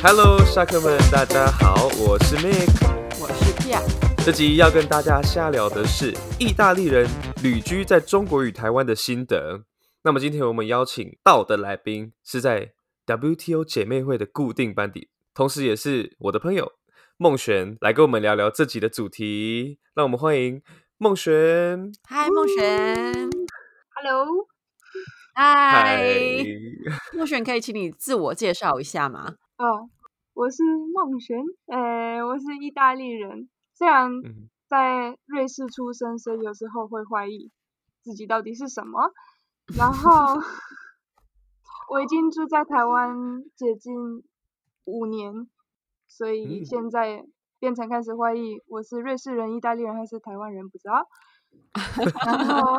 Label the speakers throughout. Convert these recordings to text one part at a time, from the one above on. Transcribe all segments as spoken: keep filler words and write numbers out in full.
Speaker 1: Hello， 沙客们，大家好，我是 Mick，
Speaker 2: 我是 Pia。
Speaker 1: 这集要跟大家瞎聊的是意大利人旅居在中国与台湾的心得。那么今天我们邀请到的来宾是在 W T O 姐妹会的固定班底，同时也是我的朋友孟璇，来跟我们聊聊这集的主题。让我们欢迎孟璇。
Speaker 2: 嗨，孟璇。
Speaker 3: Hello。
Speaker 2: 嗨，孟璇，可以请你自我介绍一下吗？
Speaker 3: 哦，我是孟璇，呃，我是意大利人，虽然在瑞士出生，所以有时候会怀疑自己到底是什么。然后我已经住在台湾接近五年，所以现在变成开始怀疑我是瑞士人、意大利人还是台湾人，不知道。然后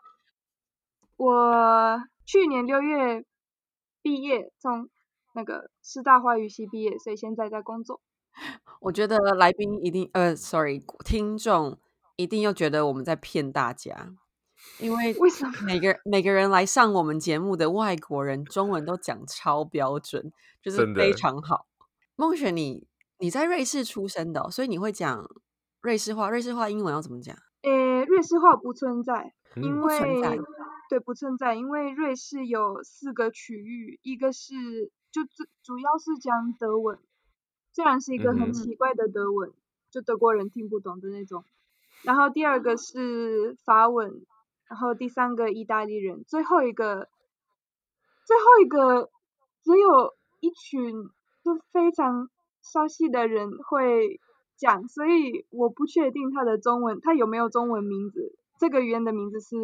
Speaker 3: 我去年六月毕业，从那个师大华语系毕业，所以现在在工作。
Speaker 2: 我觉得来宾一定呃 ，sorry， 听众一定又觉得我们在骗大家，因为
Speaker 3: 为什么
Speaker 2: 每个每个人来上我们节目的外国人中文都讲超标准，就是非常好。孟璇，你你在瑞士出生的、哦，所以你会讲瑞士话。瑞士话英文要怎么讲？
Speaker 3: 诶，瑞士话不存在，
Speaker 1: 嗯、
Speaker 3: 因为
Speaker 2: 不存在
Speaker 3: 对不存在，因为瑞士有四个区域，一个是就主主要是讲德文，虽然是一个很奇怪的德文，嗯、就德国人听不懂的那种。然后第二个是法文，然后第三个意大利人，最后一个最后一个只有一群就非常熟悉的人会讲，所以我不确定它的中文，它有没有中文名字。这个语言的名字是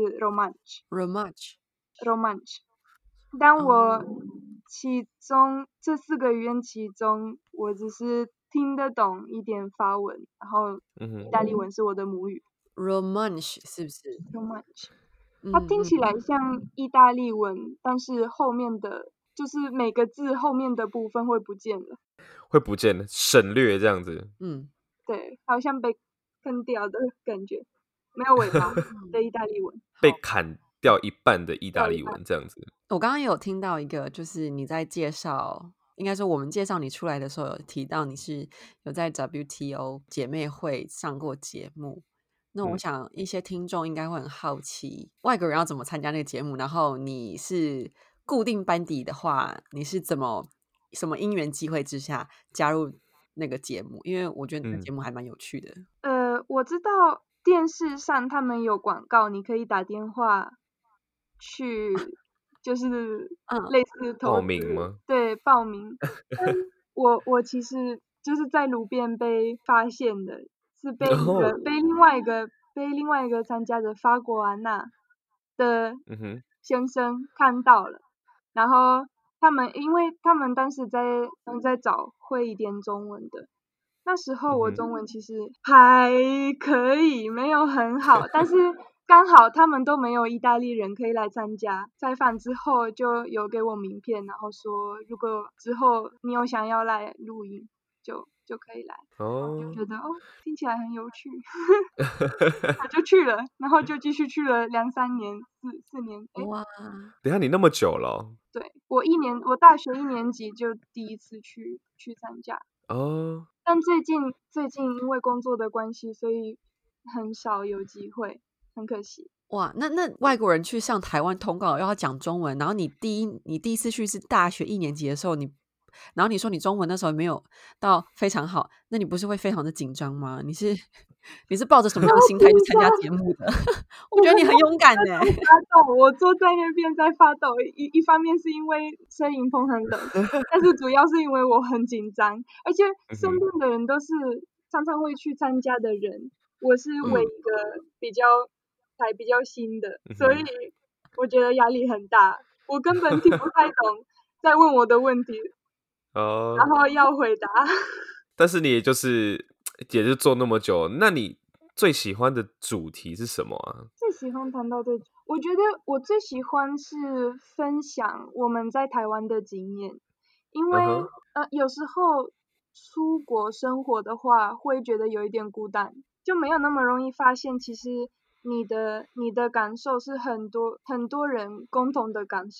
Speaker 3: Romansh。Romansh。Romansh。但我其中这四个语言其中，我只是听得懂一点法文，然后意大利文是我的母语。
Speaker 2: Romansh 是不是
Speaker 3: ？Romansh。它听起来像意大利文，
Speaker 2: 嗯、
Speaker 3: 但是后面的就是每个字后面的部分会不见了，
Speaker 1: 会不见了，省略这样子。
Speaker 2: 嗯，
Speaker 3: 对，好像被坑掉的感觉，没有尾巴的意大利文，
Speaker 1: 被砍掉一半的意大利文这样子。
Speaker 2: 我刚刚有听到一个，就是你在介绍，应该说我们介绍你出来的时候有提到你是有在 W T O 姐妹会上过节目。那我想一些听众应该会很好奇，外国人要怎么参加那个节目，然后你是固定班底的话，你是怎么什么因缘机会之下加入那个节目？因为我觉得那个节目还蛮有趣的。
Speaker 3: 呃，我知道电视上他们有广告，你可以打电话去，就是类似投资、
Speaker 1: 报名吗？
Speaker 3: 对，报名。我我其实就是在路边被发现的，是被一个、oh. 被另外一个被另外一个参加的法国安娜的先生看到了，然后他们因为他们当时在在找会一点中文的，那时候我中文其实还可以，没有很好，但是刚好他们都没有意大利人可以来参加。采访之后就有给我名片，然后说如果之后你有想要来录音，就就可以来。哦，就觉得哦，听起来很有趣，我就去了，然后就继续去了两三年，四四年。
Speaker 2: 哇，
Speaker 1: 等一下你那么久了、哦？
Speaker 3: 对，我一年，我大学一年级就第一次去去参加。
Speaker 1: 哦。
Speaker 3: 但最近最近因为工作的关系，所以很少有机会，很可惜。
Speaker 2: 哇，那那外国人去上台湾通告要讲中文，然后你第一你第一次去是大学一年级的时候，你然后你说你中文那时候没有到非常好，那你不是会非常的紧张吗？你是你是抱着什么样的心态去参加节目的？我觉得你很勇敢呢。
Speaker 3: 发抖，我坐在那边在发抖，一一方面是因为摄影棚很冷，但是主要是因为我很紧张，而且身边的人都是常常会去参加的人，我是唯一一个比较才比较新的，所以我觉得压力很大，我根本听不太懂在问我的问题。哦，然后要回答。
Speaker 1: 但是你也就是也就做那么久，那你最喜欢的主题是什么啊？
Speaker 3: 最喜欢谈到的，我觉得我最喜欢是分享我们在台湾的经验，因为、uh-huh. 呃有时候出国生活的话，会觉得有一点孤单，就没有那么容易发现，其实你的你的感受是很多很多人共同的感受。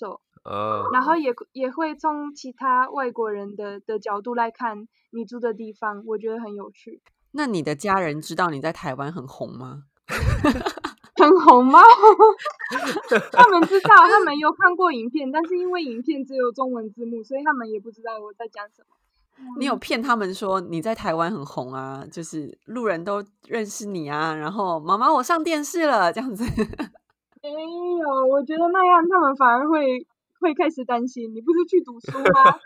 Speaker 1: 哦，
Speaker 3: 然后也也会从其他外国人的的角度来看你住的地方，我觉得很有趣。
Speaker 2: 那你的家人知道你在台湾很红吗？
Speaker 3: 很红吗？他们知道，他们有看过影片，但是因为影片只有中文字幕，所以他们也不知道我在讲什么。
Speaker 2: 你有骗他们说你在台湾很红啊，就是路人都认识你啊，然后妈妈我上电视了这样子。
Speaker 3: 没有，我觉得那样他们反而会会开始担心，你不是去读书吗？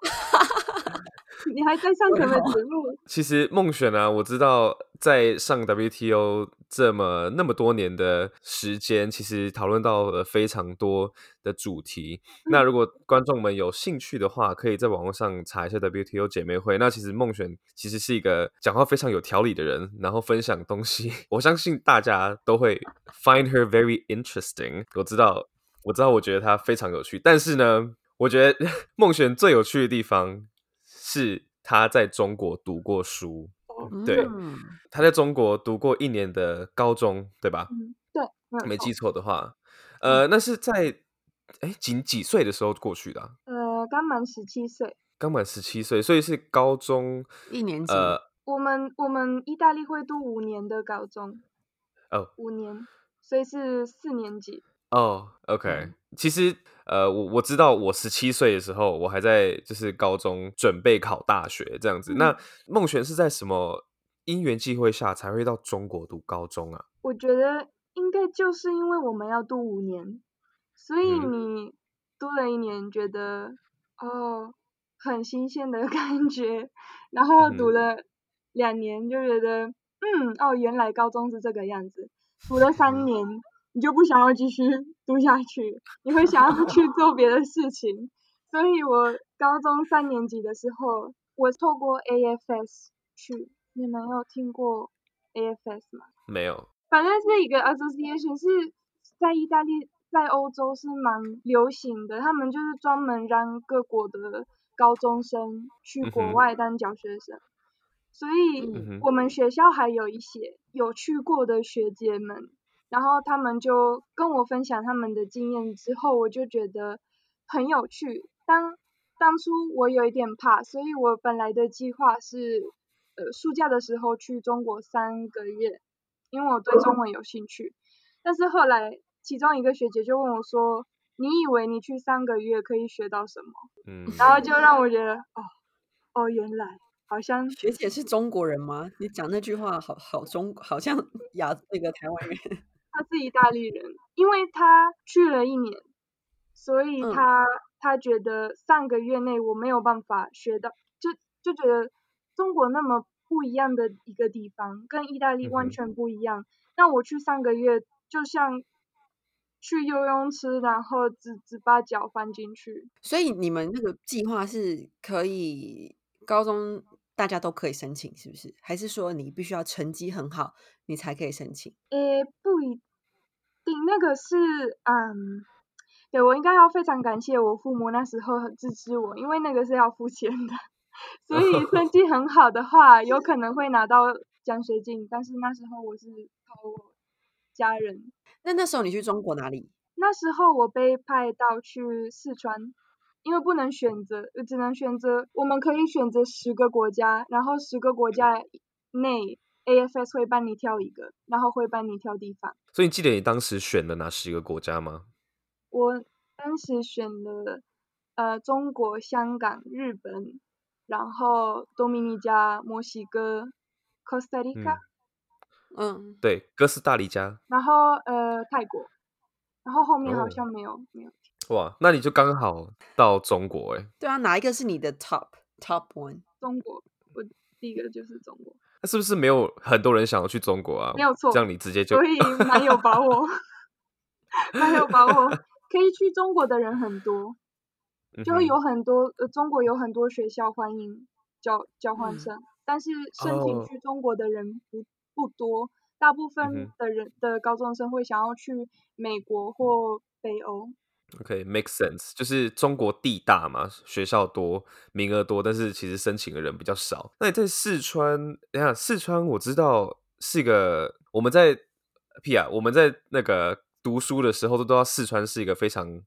Speaker 3: 你还在上什么节目？
Speaker 1: 其实梦璇啊，我知道在上 W T O 这么那么多年的时间，其实讨论到了非常多的主题。
Speaker 3: 嗯、
Speaker 1: 那如果观众们有兴趣的话，可以在网络上查一下 W T O 姐妹会。那其实梦璇其实是一个讲话非常有条理的人，然后分享东西，我相信大家都会 find her very interesting。我知道，我知道，我觉得她非常有趣。但是呢，我觉得梦璇最有趣的地方是他在中国读过书，对，
Speaker 2: 嗯，
Speaker 1: 他在中国读过一年的高中，对吧？
Speaker 3: 嗯，对，没
Speaker 1: 没记错的话，
Speaker 3: 嗯、
Speaker 1: 呃，那是在哎几几岁的时候过去的、啊？
Speaker 3: 呃，刚满十七岁，
Speaker 1: 刚满十七岁，所以是高中
Speaker 2: 一年级。
Speaker 1: 呃，
Speaker 3: 我们我们意大利会读五年的高中，
Speaker 1: 哦，
Speaker 3: 五年，所以是四年级。
Speaker 1: 哦，OK，
Speaker 2: 嗯
Speaker 1: 其实呃，我我知道我十七岁的时候，我还在就是高中准备考大学这样子。
Speaker 3: 嗯
Speaker 1: 那梦璇是在什么因缘际会下才会到中国读高中啊？
Speaker 3: 我觉得应该就是因为我们要读五年，所以
Speaker 1: 嗯
Speaker 3: 你读了一年，觉得哦很新鲜的感觉，然后
Speaker 1: 嗯
Speaker 3: 读了两年就觉得嗯哦原来高中是这个样子，读了三年你就不想要继续读下去，你会想要去做别的事情。所以我高中三年级的时候，我透过 A F S 去，你们有听过 A F S 吗？
Speaker 1: 没有，
Speaker 3: 反正是一个 association， 是在意大利、在欧洲是蛮流行的，他们就是专门让各国的高中生去
Speaker 1: 嗯哼，
Speaker 3: 国外当缴学生，所以
Speaker 1: 嗯哼，
Speaker 3: 我们学校还有一些有去过的学姐们，然后他们就跟我分享他们的经验之后，我就觉得很有趣。当当初我有一点怕，所以我本来的计划是，呃，暑假的时候去中国三个月，因为我对中文有兴趣。但是后来其中一个学姐就问我说：“你以为你去三个月可以学到什么？”
Speaker 1: 嗯，
Speaker 3: 然后就让我觉得，哦哦，原来好像
Speaker 2: 学姐是中国人吗？你讲那句话好好中，好像亚那个台湾人。
Speaker 3: 他是意大利人，因为他去了一年，所以
Speaker 2: 嗯
Speaker 3: 他、他觉得三个月内我没有办法学到，就就觉得中国那么不一样的一个地方，跟意大利
Speaker 1: 嗯哼，
Speaker 3: 完全不一样。那我去三个月，就像去游泳池，然后只只把脚放进去。
Speaker 2: 所以你们那个计划是可以高中大家都可以申请，是不是？还是说你必须要成绩很好，你才可以申请？
Speaker 3: 诶，不一定，那个是嗯。对，我应该要非常感谢我父母那时候很支持我，因为那个是要付钱的，所以成绩很好的话，有可能会拿到奖学金，但是那时候我是靠我家人。
Speaker 2: 那那时候你去中国哪里？
Speaker 3: 那时候我被派到去四川，因为不能选择，只能选择，我们可以选择十个国家，然后十个国家内 A F S 会帮你挑一个，然后会帮你挑地方。
Speaker 1: 所以你记得你当时选了哪十个国家吗？
Speaker 3: 我当时选了呃中国、香港、日本，然后多米尼加、墨西哥、Costa Rica，、
Speaker 1: 嗯，
Speaker 2: 嗯，
Speaker 1: 对，哥斯达黎加。
Speaker 3: 然后呃泰国，然后后面好
Speaker 1: 哦，
Speaker 3: 像没有、没有。
Speaker 1: 哇，那你就刚好到中国哎，
Speaker 2: 对啊，哪一个是你的 top top one？
Speaker 3: 中国，我第一个就是中国，
Speaker 1: 那是不是没有很多人想要去中国啊？
Speaker 3: 没有错，
Speaker 1: 这样你直接就
Speaker 3: 所以蛮有把握，蛮有把握，可以去中国的人很多，就会
Speaker 1: 嗯
Speaker 3: 有很多呃中国有很多学校欢迎交交换
Speaker 2: 嗯
Speaker 3: 生，但是申请
Speaker 1: 哦，
Speaker 3: 去中国的人不不多，大部
Speaker 1: 嗯
Speaker 3: 分
Speaker 1: 哼
Speaker 3: 的人的高中生会想要去美国或北欧。
Speaker 1: ，OK，make sense，就是中国地大嘛，学校多，名额多，但是其实申请的人比较少。那你在四川，等一下四川我知道是一个我们在屁啊，我们在那个读书的时候都知道四川是一个非常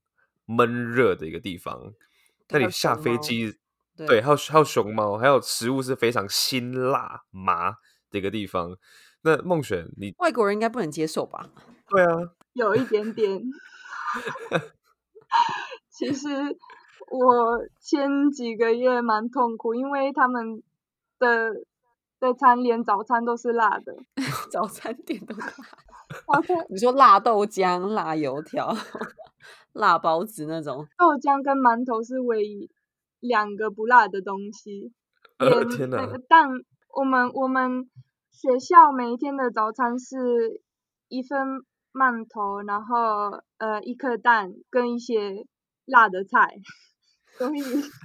Speaker 1: 闷热的一个地方。那你下飞机，
Speaker 2: 对，
Speaker 1: 对，还有还有熊猫，还有食物是非常辛辣麻的一个地方。那梦璇，你
Speaker 2: 外国人应该不能接受吧？
Speaker 1: 对啊，
Speaker 3: 有一点点。其实我前几个月蛮痛苦，因为他们的的餐连早餐都是辣的，
Speaker 2: 早餐店都辣。你说辣豆浆、辣油条、辣包子那种，
Speaker 3: 豆浆跟馒头是唯一两个不辣的东西。
Speaker 1: 呃，天哪！
Speaker 3: 那个蛋，我们我们学校每一天的早餐是一份馒头，然后呃一颗蛋跟一些辣的菜，所以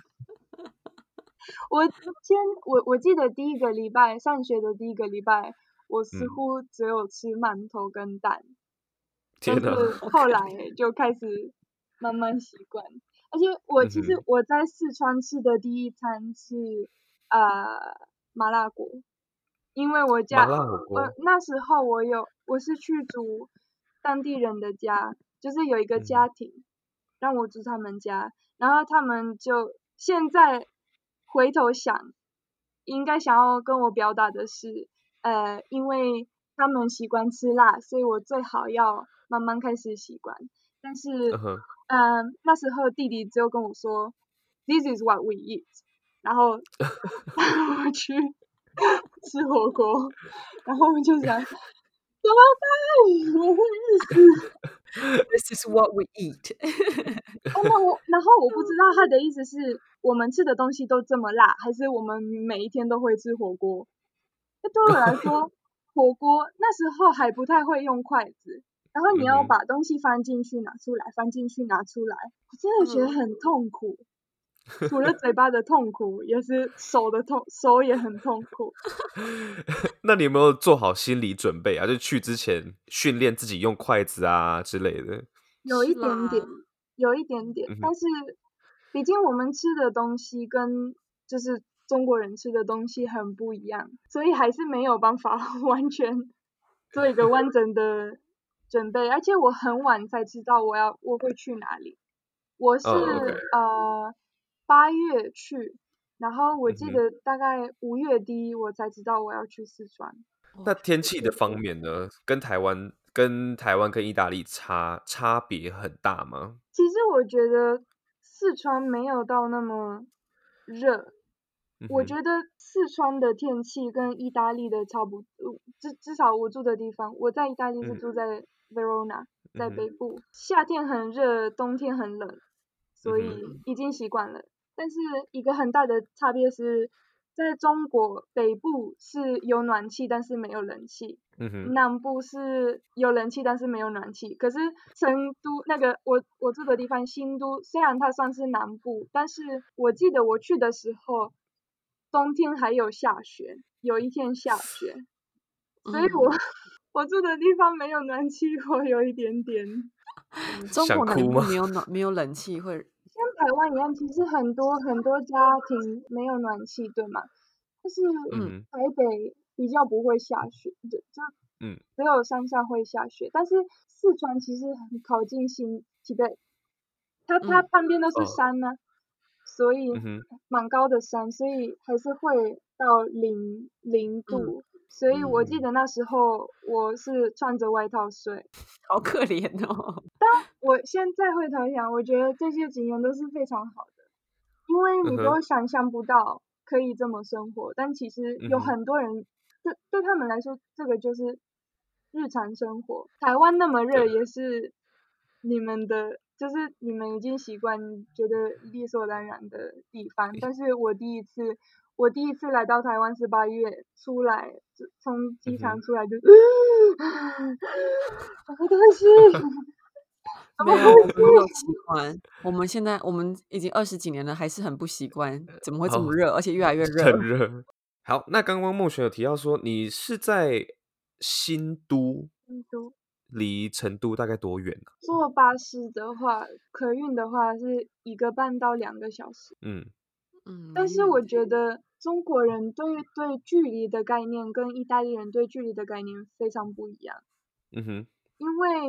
Speaker 3: 我先我我记得第一个礼拜上学的第一个礼拜，我似乎只有吃馒头跟蛋，
Speaker 1: 天哪！
Speaker 3: 但是后来就开始慢慢习惯。而且我其实我在四川吃的第一餐是呃麻辣锅，因为我家
Speaker 1: 麻辣火锅，
Speaker 3: 呃那时候我有我是去住当地人的家，就是有一个家庭、嗯、让我住他们家，然后他们就现在回头想应该想要跟我表达的是呃因为他们习惯吃辣，所以我最好要慢慢开始习惯。但是嗯、uh-huh. 呃、那时候弟弟只有跟我说 This is what we eat， 然后我去吃火锅，然后我就想怎么办？我会饿死。
Speaker 2: This is what we eat
Speaker 3: 哦，那我然后我不知道他的意思是我们吃的东西都这么辣，还是我们每一天都会吃火锅。那对我来说火锅那时候还不太会用筷子，然后你要把东西翻进去拿出来，翻进去拿出来，我真的觉得很痛苦。除了嘴巴的痛苦，也是手的痛，手也很痛苦。
Speaker 1: 那你有没有做好心理准备啊？就去之前训练自己用筷子啊之类的？
Speaker 3: 有一点点，有一点点，嗯、但是毕竟我们吃的东西跟就是中国人吃的东西很不一样，所以还是没有办法完全做一个完整的准备。而且我很晚才知道我要我会去哪里，我是、oh, okay. 呃。八月去，然后我记得大概五月底我才知道我要去四川。
Speaker 1: 那天气的方面呢，跟台湾、跟台湾跟意大利差差别很大吗？
Speaker 3: 其实我觉得四川没有到那么热，嗯、我觉得四川的天气跟意大利的差不多，至至少我住的地方，我在意大利是住在 Verona，、嗯、在北部，夏天很热，冬天很冷，所以已经习惯了。但是一个很大的差别是，在中国北部是有暖气但是没有冷气，嗯、南部是有冷气但是没有暖气。可是成都那个我我住的地方新都，虽然它算是南部，但是我记得我去的时候冬天还有下雪，有一天下雪，所以我、嗯、我住的地方没有暖气，我有一点点
Speaker 2: 中国南部没有暖没有冷气会。
Speaker 3: 像台湾一样，其实很多很多家庭没有暖气，对吗？但是台北比较不会下雪，就就嗯，只有山上会下雪。但是四川其实很靠近新西北，它它旁边都是山呢、啊嗯，所以蛮高的山，所以还是会到零零度。嗯，所以我记得那时候我是穿着外套睡，
Speaker 2: 好可怜哦。
Speaker 3: 但我现在回头想，我觉得这些经验都是非常好的，因为你都想象不到可以这么生活，嗯、但其实有很多人、嗯、对对他们来说，这个就是日常生活。台湾那么热也是你们的，就是你们已经习惯觉得理所当然的地方，但是我第一次。我第一次来到台湾是八月，出来从机场出来就，嗯、什么东西？
Speaker 2: 没有，没有习惯。我们现在我们已经二十几年了，还是很不习惯，怎么会这么热？哦、而且越来越热。
Speaker 1: 很热。好，那刚刚梦璇有提到说你是在新都，
Speaker 3: 新都
Speaker 1: 离成都大概多远呢、啊？
Speaker 3: 坐巴士的话，客运的话是一个半到两个小时。
Speaker 1: 嗯
Speaker 3: 嗯，但是我觉得中国人对对距离的概念跟意大利人对距离的概念非常不一样。
Speaker 1: 嗯哼，
Speaker 3: 因为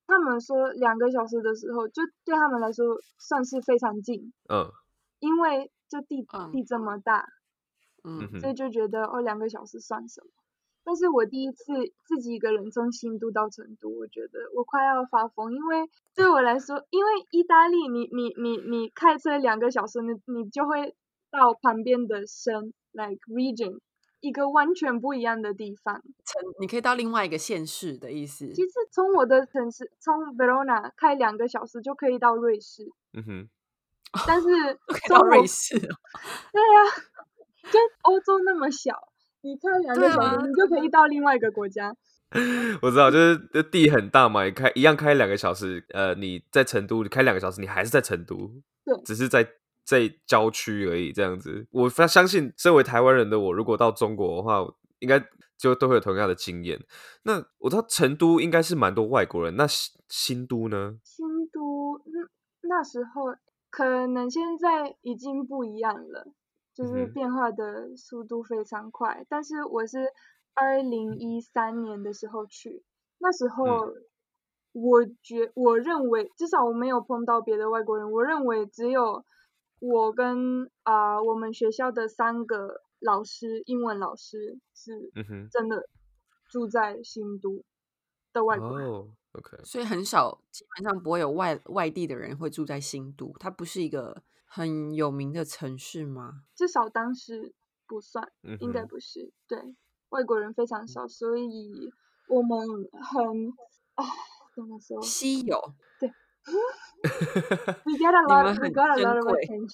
Speaker 3: 他们说两个小时的时候，就对他们来说算是非常近，
Speaker 1: 嗯，
Speaker 3: 因为就地
Speaker 2: 嗯
Speaker 3: 地这么大，
Speaker 2: 嗯
Speaker 1: 嗯哼，
Speaker 3: 所以就觉得哦两个小时算什么。但是我第一次自己一个人从新都到成都，我觉得我快要发疯，因为对我来说，因为意大利你你你你开车两个小时，你你就会到旁边的省 like region 一个完全不一样的地方。
Speaker 2: 城你可以到另外一个县市的意思。
Speaker 3: 其实从我的城市从 Verona 开两个小时就可以到瑞士，
Speaker 1: 嗯哼，
Speaker 3: 但是
Speaker 2: 都可以
Speaker 3: 从我
Speaker 2: 到瑞士哦。
Speaker 3: 对啊，就欧洲那么小，你开两
Speaker 2: 对
Speaker 3: 个小时
Speaker 2: 啊，
Speaker 3: 你就可以到另外一个国家。
Speaker 1: 我知道，就是地很大嘛，你开一样开两个小时，呃，你在成都，你开两个小时，你还是在成都，
Speaker 3: 对，
Speaker 1: 只是在在郊区而已，这样子。我非常相信，身为台湾人的我，如果到中国的话，应该就都会有同样的经验。那我知道成都应该是蛮多外国人，那新新都呢？
Speaker 3: 新都嗯那时候可能现在已经不一样了，就是
Speaker 1: 嗯哼，
Speaker 3: 变化的速度非常快。但是我是二零一三年的时候去，那时候我觉我认为至少我没有碰到别的外国人，我认为只有我跟啊、呃我们学校的三个老师，英文老师是
Speaker 1: 嗯哼，
Speaker 3: 真的住在新都的外国人。
Speaker 1: 哦，OK，
Speaker 2: 所以很少，基本上不会有外外地的人会住在新都。它不是一个很有名的城市吗？
Speaker 3: 至少当时不算，
Speaker 1: 嗯
Speaker 3: 应该
Speaker 1: 哼，
Speaker 3: 不是，对，外国人非常少，所以我们很，啊，怎么说？
Speaker 2: 稀有，
Speaker 3: 对，we get a
Speaker 2: 你
Speaker 3: lot,
Speaker 2: 们
Speaker 3: we
Speaker 2: 很
Speaker 3: got a
Speaker 2: 珍
Speaker 3: lot of
Speaker 2: 贵。
Speaker 3: attention 。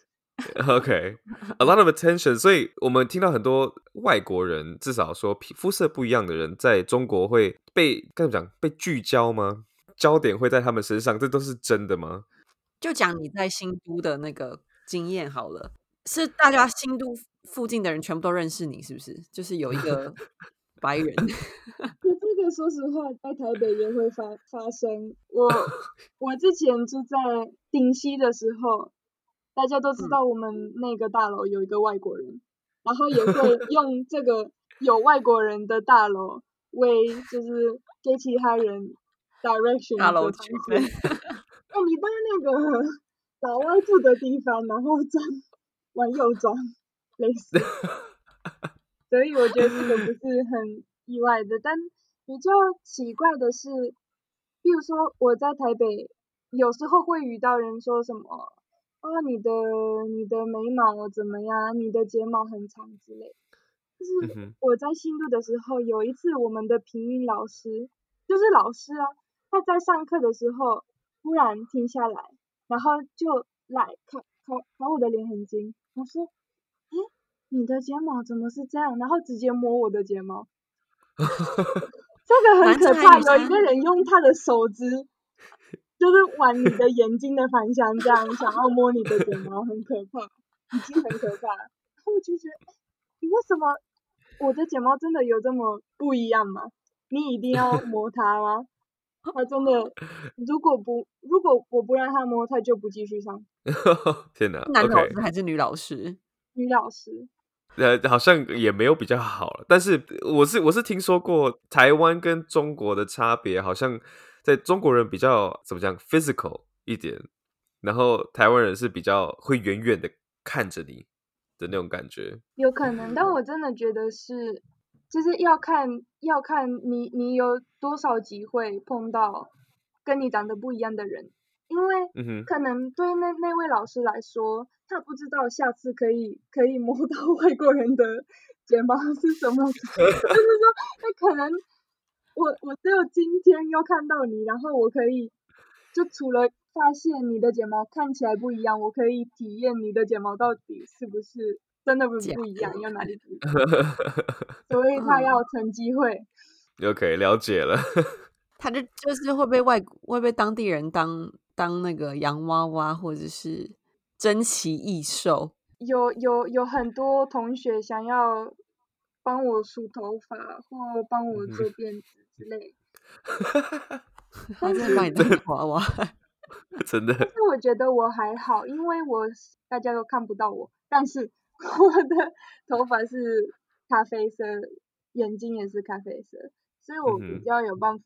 Speaker 1: OK，a lot of attention，所以我们听到很多外国人，至少说皮肤色不一样的人，在中国会被该怎么讲？被聚焦吗？焦点会在他们身上，这都是真的吗？
Speaker 2: 就讲你在新都的那个经验好了，是大家新都附近的人全部都认识你，是不是？就是有一个白人。
Speaker 3: 可这个说实话，在台北也会发发生。我我之前住在顶溪的时候，大家都知
Speaker 2: 嗯，
Speaker 3: 道我们那个大楼有一个外国人，然后也会用这个有外国人的大楼为就是给其他人 direction
Speaker 2: 大楼
Speaker 3: 的方
Speaker 2: 区分。
Speaker 3: 式。哦，你到那个老外住的地方，然后转往右转，类似。所以我觉得这个不是很意外的，但比较奇怪的是，比如说我在台北，有时候会遇到人说什么，啊，你的你的眉毛怎么样？你的睫毛很长之类。就是
Speaker 1: 嗯哼，
Speaker 3: 我在新都的时候，有一次我们的评语老师，就是老师啊，他在上课的时候突然停下来，然后就来看看看我的脸很近，我说，诶，你的睫毛怎么是这样？然后直接摸我的睫毛，这个很
Speaker 2: 男生
Speaker 3: 可怕。
Speaker 2: 还是女生？
Speaker 3: 有一个人用他的手指，就是往你的眼睛的方向这样想要摸你的睫毛，很可怕，已经很可怕了。然后我就觉得，你为什么我的睫毛真的有这么不一样吗？你一定要摸它吗？他真的，如果不如果我不让他摸，他就不继续上。
Speaker 1: 天哪
Speaker 2: 是男老
Speaker 1: ，OK，
Speaker 2: 师还是女老师？
Speaker 3: 女老师，
Speaker 1: 呃，好像也没有比较好了。但是我是我是听说过台湾跟中国的差别，好像在中国人比较怎么讲 physical 一点，然后台湾人是比较会远远的看着你的那种感觉。
Speaker 3: 有可能，但我真的觉得是，就是要看要看你你有多少机会碰到跟你长得不一样的人，因为
Speaker 1: 嗯哼，
Speaker 3: 可能对那那位老师来说，他不知道下次可以可以摸到外国人的睫毛是什么，就是说，那可能我我只有今天又看到你，然后我可以就除了发现你的睫毛看起来不一样，我可以体验你的睫毛到底是不是真的不
Speaker 2: 假
Speaker 3: 不一样，有哪里不一样，
Speaker 1: 嗯
Speaker 3: 所以他要趁机会。
Speaker 1: OK，了解了。
Speaker 2: 他就就是会被外会被当地人当当那个洋娃娃或者是珍奇异兽。
Speaker 3: 有有有很多同学想要帮我梳头发或帮我
Speaker 1: 嗯
Speaker 3: 做辫子之类，
Speaker 2: 他真的把你当洋娃娃。
Speaker 1: 真的，
Speaker 3: 但是我觉得我还好，因为我大家都看不到我，但是我的头发是咖啡色，眼睛也是咖啡色，所以我比
Speaker 1: 嗯哼，
Speaker 3: 较有办法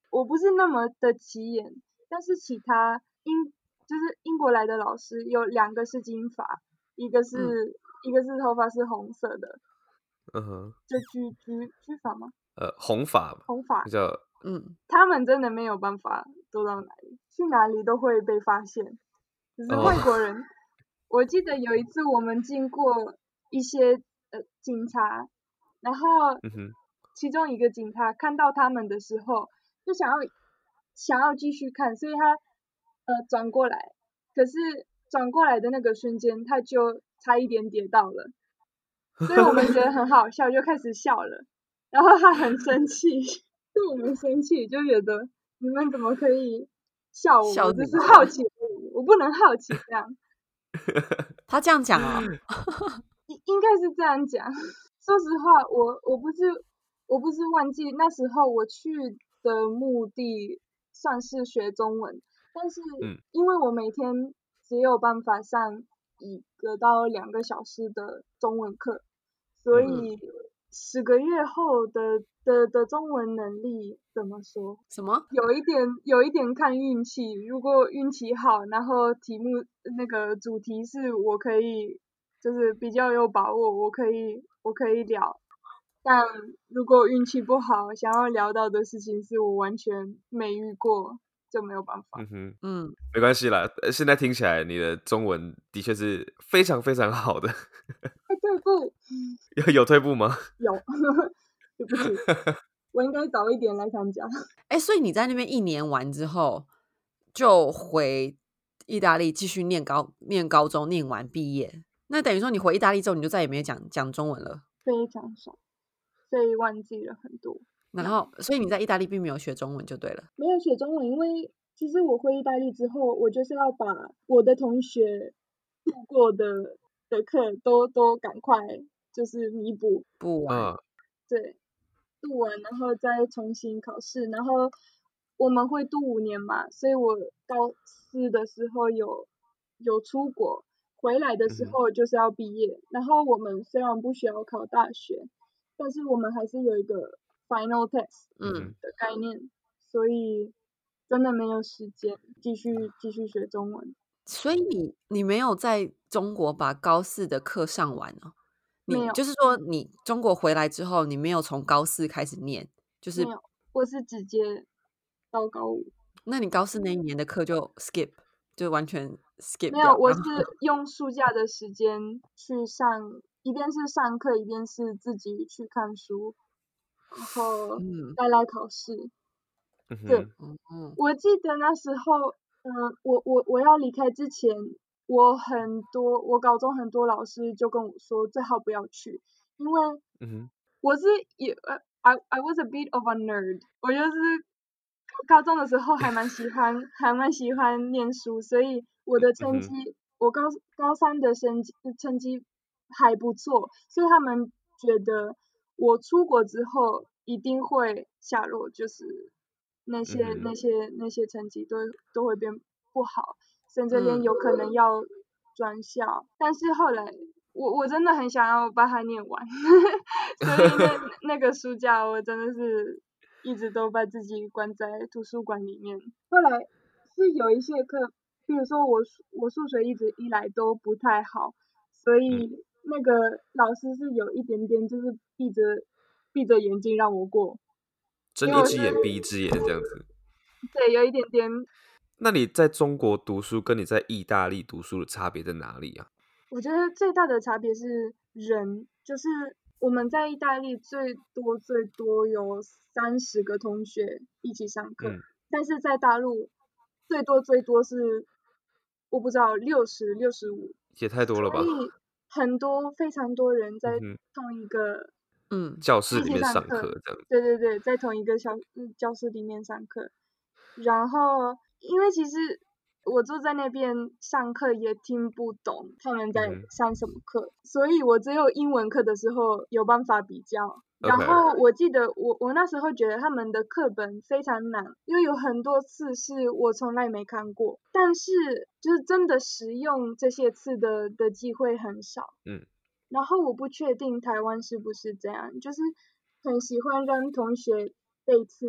Speaker 3: 我不是那么的起眼，但是其他英就是英国来的老师有两个是金发，一个是、嗯、一个是头发是红色的，
Speaker 1: 嗯哼，
Speaker 3: 就橘橘橘发吗？
Speaker 1: 呃，红发，
Speaker 3: 红发，
Speaker 1: 比较，
Speaker 2: 嗯，
Speaker 3: 他们真的没有办法走到哪里，去哪里都会被发现。可是外国人，哦、我记得有一次我们经过一些呃警察，然后其中一个警察看到他们的时候，就想要想要继续看，所以他呃转过来，可是转过来的那个瞬间，他就差一点跌倒了，所以我们觉得很好笑，就开始笑了。然后他很生气，对我们生气，就觉得你们怎么可以笑我？我只是好奇，我不能好奇这样。
Speaker 2: 他这样讲啊、
Speaker 3: 哦？应该是这样讲。说实话，我我不是我不是忘记那时候我去的目的算是学中文，但是因为我每天只有办法上一个到两个小时的中文课，所以十个月后的的的中文能力怎么说？
Speaker 2: 什么？
Speaker 3: 有一点有一点看运气，如果运气好，然后题目那个主题是我可以就是比较有把握，我可以我可以聊。但如果运气不好，想要聊到的事情是我完全没遇过，就没有办法。
Speaker 1: 嗯哼，
Speaker 2: 嗯，
Speaker 1: 没关系啦。现在听起来你的中文的确是非常非常好的。
Speaker 3: 哎，退步？
Speaker 1: 有有退步吗？
Speaker 3: 有，对不起，我应该早一点来参加。
Speaker 2: 哎，所以你在那边一年完之后，就回意大利继续念高念高中，念完毕业。那等于说你回意大利之后，你就再也没有讲讲中文了？
Speaker 3: 非常少，所以忘记了很多。
Speaker 2: 然后，所以你在意大利并没有学中文就对了。
Speaker 3: 没有学中文，因为其实我回意大利之后，我就是要把我的同学度过的的课都都赶快就是弥补
Speaker 2: 补完。
Speaker 1: 嗯、
Speaker 3: 对，读完然后再重新考试，然后我们会读五年嘛，所以我高四的时候有有出国，回来的时候就是要毕业，嗯、然后我们虽然不需要考大学，但是我们还是有一个 final test
Speaker 2: 嗯
Speaker 3: 的概念，嗯、所以真的没有时间继续继续学中文。
Speaker 2: 所以你你没有在中国把高四的课上完哦？
Speaker 3: 没有，
Speaker 2: 就是说你中国回来之后，你没有从高四开始念，就是
Speaker 3: 没有，我是直接到高五。
Speaker 2: 那你高四那一年的课就 skip， 就完全 skip
Speaker 3: 没有，
Speaker 2: 掉。
Speaker 3: 我是用暑假的时间去上，一边是上课，一边是自己去看书，然后再来考试。
Speaker 1: 嗯、
Speaker 3: 对，嗯、我记得那时候，嗯、呃，我我我要离开之前，我很多我高中很多老师就跟我说，最好不要去，因为我是也呃 I I was a bit of a nerd， 我就是高中的时候还蛮喜欢还蛮喜欢念书，所以我的成绩、嗯、我高高三的成绩成绩还不错，所以他们觉得我出国之后一定会下落，就是那些、嗯、那些那些成绩都都会变不好，甚至连有可能要转校、嗯、但是后来我我真的很想要把它念完所以那那个暑假我真的是一直都把自己关在图书馆里面。后来是有一些课，比如说我我数学一直以来都不太好，所以那个老师是有一点点就是闭着闭着眼睛让我过，
Speaker 1: 睁一只眼闭一只眼这样子。
Speaker 3: 对，有一点点。
Speaker 1: 那你在中国读书跟你在意大利读书的差别在哪里啊？
Speaker 3: 我觉得最大的差别是人，就是我们在意大利最多最多有三十个同学一起上课、嗯、但是在大陆最多最多是我不知道六十六十五，
Speaker 1: 也太多了吧。
Speaker 3: 所以很多非常多人在同一个
Speaker 2: 嗯
Speaker 1: 教室里面上课这样。
Speaker 3: 对对对，在同一个小教室里面上课，然后因为其实我坐在那边上课也听不懂他们在上什么课、嗯、所以我只有英文课的时候有办法比较。然后我记得我我那时候觉得他们的课本非常难，因为有很多次是我从来没看过，但是就是真的实用这些次的的机会很少。
Speaker 1: 嗯，
Speaker 3: 然后我不确定台湾是不是这样，就是很喜欢让同学背刺，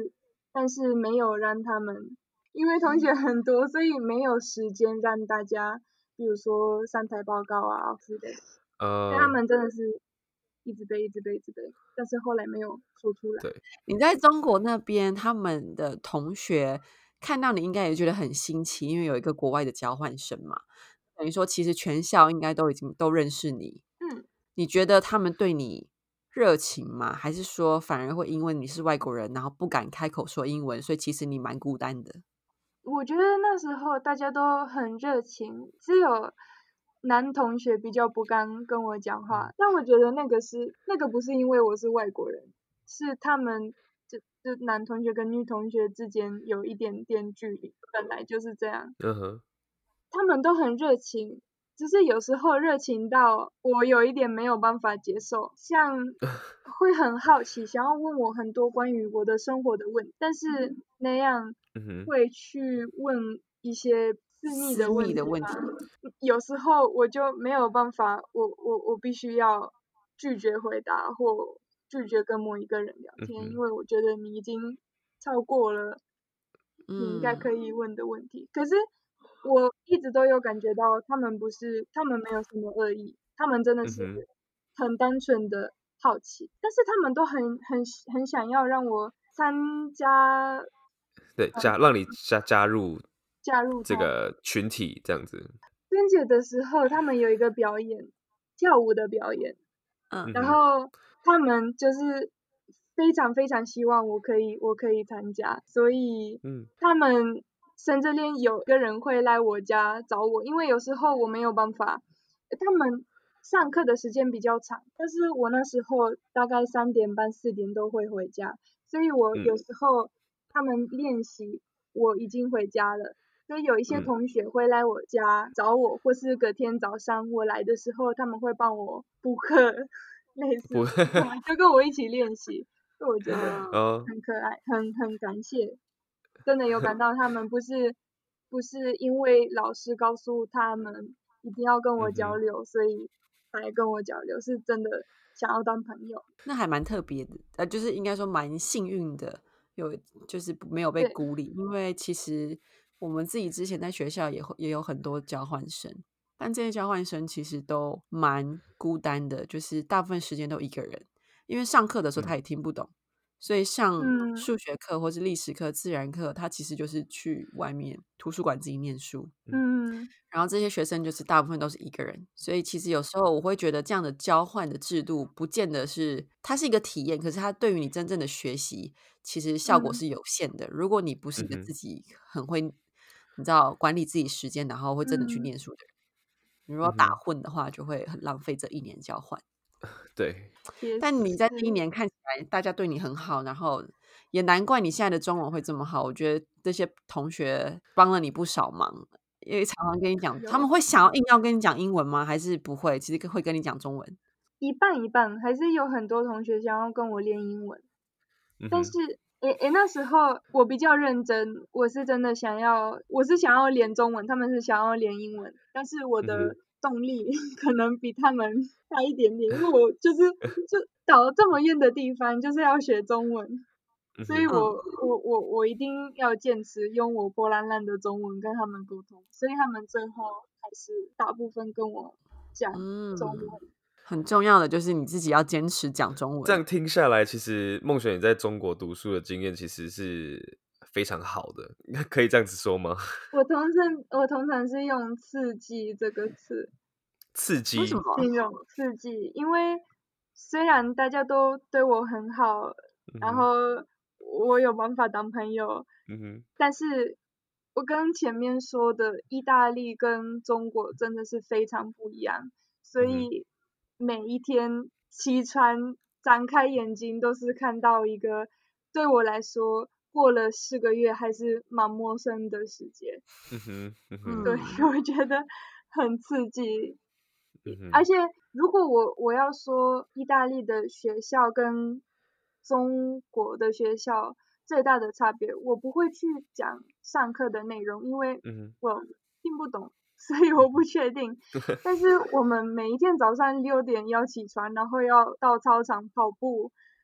Speaker 3: 但是没有让他们，因为同学很多，所以没有时间让大家，比如说上台报告啊之类的。所以他
Speaker 1: 呃，
Speaker 3: 们真的是一直背，一直背，一直背，但是后来没有说出来。
Speaker 1: 对，
Speaker 2: 你在中国那边，他们的同学看到你应该也觉得很新奇，因为有一个国外的交换生嘛，等于说其实全校应该都已经都认识你。
Speaker 3: 嗯，
Speaker 2: 你觉得他们对你热情吗？还是说反而会因为你是外国人，然后不敢开口说英文，所以其实你蛮孤单的？
Speaker 3: 我觉得那时候大家都很热情，只有男同学比较不敢跟我讲话。但我觉得那个是那个不是因为我是外国人，是他们就就男同学跟女同学之间有一点点距离，本来就是这样。
Speaker 1: 嗯哼，
Speaker 3: 他们都很热情，只是有时候热情到我有一点没有办法接受，像会很好奇，想要问我很多关于我的生活的问题，但是那样
Speaker 1: 嗯哼，
Speaker 3: 会去问一些私密的
Speaker 2: 私
Speaker 3: 问题
Speaker 2: 密的问题，
Speaker 3: 吗？有时候我就没有办法，我我我必须要拒绝回答或拒绝跟某一个人聊天，因
Speaker 1: 嗯哼，
Speaker 3: 为我觉得你已经超过了你应该
Speaker 2: 嗯
Speaker 3: 可以问的问题。可是我一直都有感觉到他们不是，他们没有什么恶意，他们真的是
Speaker 1: 嗯哼，
Speaker 3: 很单纯的好奇，但是他们都很很很想要让我参加
Speaker 1: 对，加让你加加入
Speaker 3: 加入他们。
Speaker 1: 这个群体这样子。
Speaker 3: 春节的时候，他们有一个表演，跳舞的表演，
Speaker 2: 嗯
Speaker 3: 然
Speaker 1: 嗯哼，
Speaker 3: 后他们就是非常非常希望我可以我可以参加，所以
Speaker 1: 嗯
Speaker 3: 他们甚至连有个人会来我家找我，因为有时候我没有办法，他们上课的时间比较长，但是我那时候大概三点半四点都会回家，所以我
Speaker 1: 嗯
Speaker 3: 有时候他们练习我已经回家了。所以有一些
Speaker 1: 嗯
Speaker 3: 同学会来我家找我，或是隔天早上我来的时候，他们会帮我补课，类似
Speaker 1: 不，
Speaker 3: 补课，就跟我一起练习，所以我觉得
Speaker 1: 哦，
Speaker 3: 很可爱，很很感谢，真的有感到他们不是不是因为老师告诉他们一定要跟我
Speaker 1: 嗯哼，
Speaker 3: 交流，所以才跟我交流，是真的想要当朋友。
Speaker 2: 那还蛮特别的，呃，就是应该说蛮幸运的，有就是没有被
Speaker 3: 对，
Speaker 2: 孤立，因为其实我们自己之前在学校也会也有很多交换生，但这些交换生其实都蛮孤单的，就是大部分时间都一个人，因为上课的时候他
Speaker 1: 嗯
Speaker 2: 也听不懂，所以上
Speaker 3: 嗯
Speaker 2: 数学课或是历史课、自然课，他其实就是去外面图书馆自己念书。
Speaker 3: 嗯
Speaker 2: 然后这些学生就是大部分都是一个人，所以其实有时候我会觉得这样的交换的制度，不见得是它是一个体验，可是它对于你真正的学习，其实效果
Speaker 3: 嗯
Speaker 2: 是有限的。如果你不是一个
Speaker 1: 嗯哼，
Speaker 2: 自己很会，你知道管理自己时间，然后会真的去
Speaker 3: 嗯，
Speaker 2: 念书的人，你如果打
Speaker 1: 嗯哼，
Speaker 2: 混的话，就会很浪费这一年交换。
Speaker 1: 对，
Speaker 3: 也
Speaker 2: 但你在这一
Speaker 3: 是。
Speaker 2: 年看起来大家对你很好，然后也难怪你现在的中文会这么好。我觉得这些同学帮了你不少忙，因为常常跟你讲，他们
Speaker 3: 有
Speaker 2: 会想要硬要跟你讲英文吗？还是不会？其实会跟你讲中文。
Speaker 3: 一半一半，还是有很多同学想要跟我练英文，但是
Speaker 1: 嗯哼，
Speaker 3: 诶诶，那时候我比较认真，我是真的想要，我是想要练中文，他们是想要练英文，但是我的
Speaker 1: 嗯哼，
Speaker 3: 动力可能比他们大一点点，因为我就是就到这么远的地方，就是要学中文，
Speaker 1: 嗯哼，
Speaker 3: 所以我
Speaker 2: 嗯
Speaker 3: 我我我一定要坚持用我破烂烂的中文跟他们沟通，所以他们最后还是大部分跟我讲中
Speaker 2: 嗯，
Speaker 3: 文。
Speaker 2: 很重要的就是你自己要坚持讲中文。
Speaker 1: 这样听下来，其实孟璇你在中国读书的经验其实是非常好的，可以这样子说吗？
Speaker 3: 我通常我通常是用刺激这个词
Speaker 1: 刺激，
Speaker 2: 为什么？
Speaker 3: 形容刺激，因为虽然大家都对我很好，然
Speaker 1: 嗯哼，
Speaker 3: 后我有办法当朋友，
Speaker 1: 嗯哼，
Speaker 3: 但是我跟前面说的意大利跟中国真的是非常不一样，所
Speaker 1: 嗯哼，
Speaker 3: 以每一天起床张开眼睛都是看到一个对我来说过了四个月还是蛮陌生的世界，
Speaker 1: 嗯哼，嗯哼，
Speaker 3: 对，
Speaker 2: 嗯
Speaker 3: 我觉得很刺激。
Speaker 1: 嗯哼，
Speaker 3: 而且如果我我要说意大利的学校跟中国的学校最大的差别，我不会去讲上课的内容，因为
Speaker 1: 嗯哼，
Speaker 3: 我听不懂，所以我不确定。但是我们每一天早上六点要起床，然后要到操场跑步，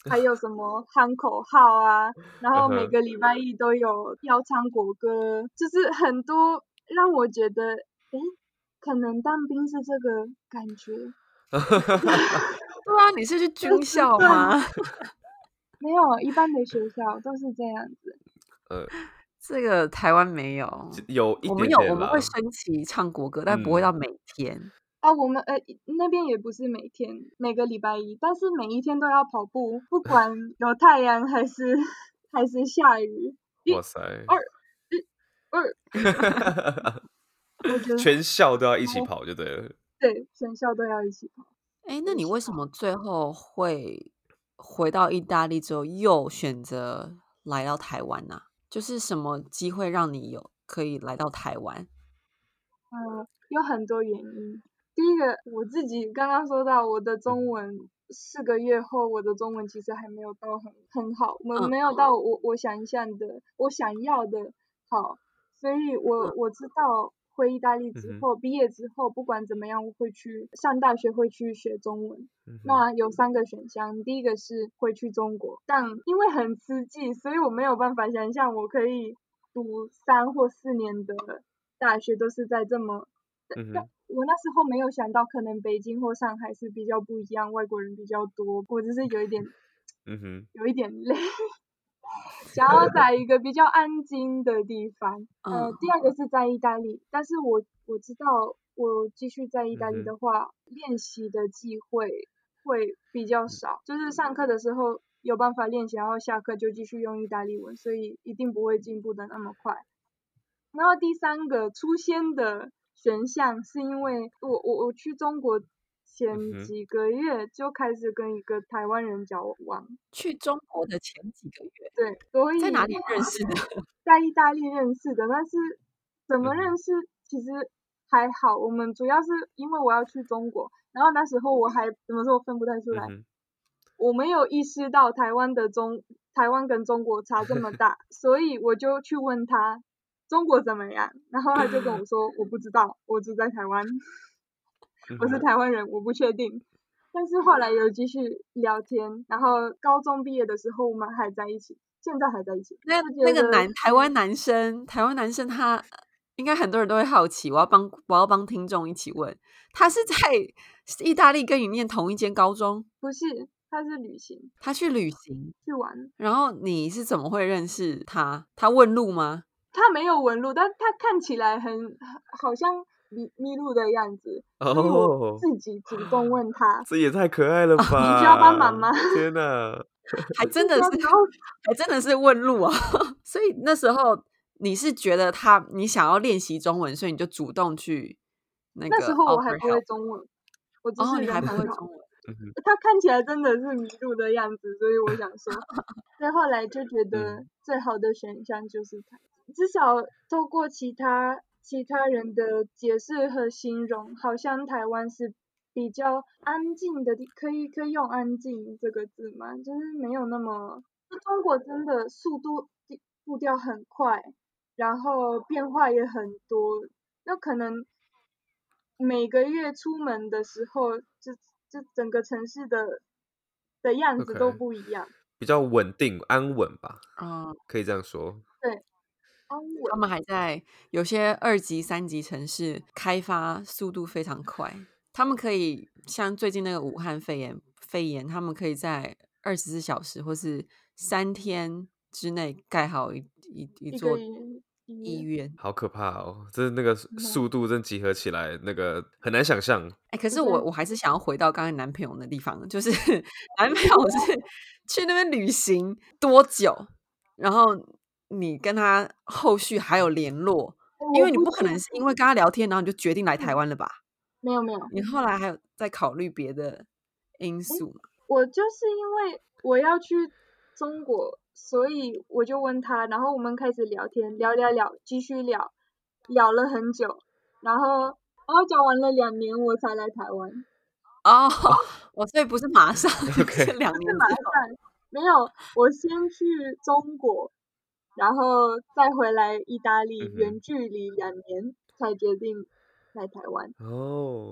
Speaker 3: 还有什么喊口号啊，然后每个礼拜一都有要唱国歌，就是很多让我觉得，诶，可能当兵是这个感觉。
Speaker 2: 对啊，你是去军校吗？
Speaker 3: 没有，一般的学校都是这样子。
Speaker 1: 呃，
Speaker 2: 这个台湾没有，
Speaker 1: 有一
Speaker 2: 我们有，
Speaker 1: 点点啦。
Speaker 2: 我们会升旗唱国歌，但不会到每天。
Speaker 3: 啊，我们呃那边也不是每天，每个礼拜一，但是每一天都要跑步，不管有太阳还是还是下雨。
Speaker 1: 哇塞！
Speaker 3: 二一二，我觉得
Speaker 1: 全校都要一起跑就对了。
Speaker 3: 对，全校都要一起跑。
Speaker 2: 哎，那你为什么最后会回到意大利之后又选择来到台湾呢、啊？就是什么机会让你有可以来到台湾？
Speaker 3: 呃，有很多原因。第一个，我自己刚刚说到我的中文，四个月后我的中文其实还没有到很很好，我
Speaker 2: 嗯
Speaker 3: 没有到我我想象的我想要的好，所以我我知道回意大利之后，毕业之后不管怎么样，我会去上大学，会去学中文。那有三个选项，第一个是回去中国，但因为很刺激，所以我没有办法想象我可以读三或四年的大学都是在这么，
Speaker 1: 嗯
Speaker 3: 但我那时候没有想到可能北京或上海是比较不一样，外国人比较多，我只是有一点，
Speaker 1: 嗯哼，
Speaker 3: 有一点累，想要在一个比较安静的地方。呃，第二个是在意大利，但是我我知道我继续在意大利的话，练习的机会会比较少，就是上课的时候有办法练习，然后下课就继续用意大利文，所以一定不会进步的那么快。然后第三个出现的选项是因为我我我去中国前几个月就开始跟一个台湾人交往。
Speaker 2: 去中国的前几个月，
Speaker 3: 对，所以
Speaker 2: 在哪里认识的？
Speaker 3: 在意大利认识的，但是怎么认识其实还好，我们主要是因为我要去中国，然后那时候我还怎么说我分不太出来，
Speaker 1: 嗯、
Speaker 3: 我没有意识到台湾的中台湾跟中国差这么大，所以我就去问他中国怎么样，然后他就跟我说我不知道，我住在台湾，我是台湾人，我不确定。但是后来有继续聊天，然后高中毕业的时候我们还在一起，现在还在一起。
Speaker 2: 那那个男台湾男生，台湾男生他应该很多人都会好奇，我要帮我要帮听众一起问，他是在意大利跟你念同一间高中？
Speaker 3: 不是，他是旅行，
Speaker 2: 他去旅行
Speaker 3: 去玩。
Speaker 2: 然后你是怎么会认识他？他问路吗？
Speaker 3: 他没有问路，但他看起来很好像迷迷路的样子，
Speaker 1: 哦、
Speaker 3: 所以我自己主动问他。
Speaker 1: 这也太可爱了吧！
Speaker 3: 你需要帮忙吗？
Speaker 1: 天哪，
Speaker 2: 还真的是，还真的是问路啊！所以那时候你是觉得他你想要练习中文，所以你就主动去那个。
Speaker 3: 那时候我还不会中文，我只是
Speaker 2: 哦，你还不会
Speaker 3: 人很好。
Speaker 2: 中文。
Speaker 3: 他看起来真的是迷路的样子，所以我想说，所以后来就觉得最好的选项就是他，至少透过其他其他人的解释和形容，好像台湾是比较安静的地，可以可以用安静这个字吗？就是没有那么，中国真的速度步调很快，然后变化也很多，那可能每个月出门的时候就就整个城市的的样子都不一样，
Speaker 1: okay, 比较稳定安稳吧，
Speaker 2: 嗯，
Speaker 1: 可以这样说。
Speaker 3: 对，安稳。
Speaker 2: 他们还在有些二级、三级城市开发速度非常快，他们可以像最近那个武汉肺炎，肺炎他们可以在二十四小时或是三天之内盖好一一一座医院，
Speaker 1: 好可怕哦！这那个速度真集合起来，那个很难想象。
Speaker 2: 哎，可是我我还是想要回到刚才男朋友的地方，就是男朋友是去那边旅行多久，然后你跟他后续还有联络，因为你不可能是因为跟他聊天，然后你就决定来台湾了吧？
Speaker 3: 没有没有，
Speaker 2: 你后来还有在考虑别的因素吗？
Speaker 3: 我就是因为我要去中国，所以我就问他，然后我们开始聊天，聊聊聊，继续聊，聊了很久，然后然后讲完了两年我才来台湾。
Speaker 2: 哦，我所以不是马上，
Speaker 1: okay.
Speaker 2: 是两年之
Speaker 3: 马上没有，我先去中国，然后再回来意大利，远距离两年才决定来台湾。
Speaker 1: 哦，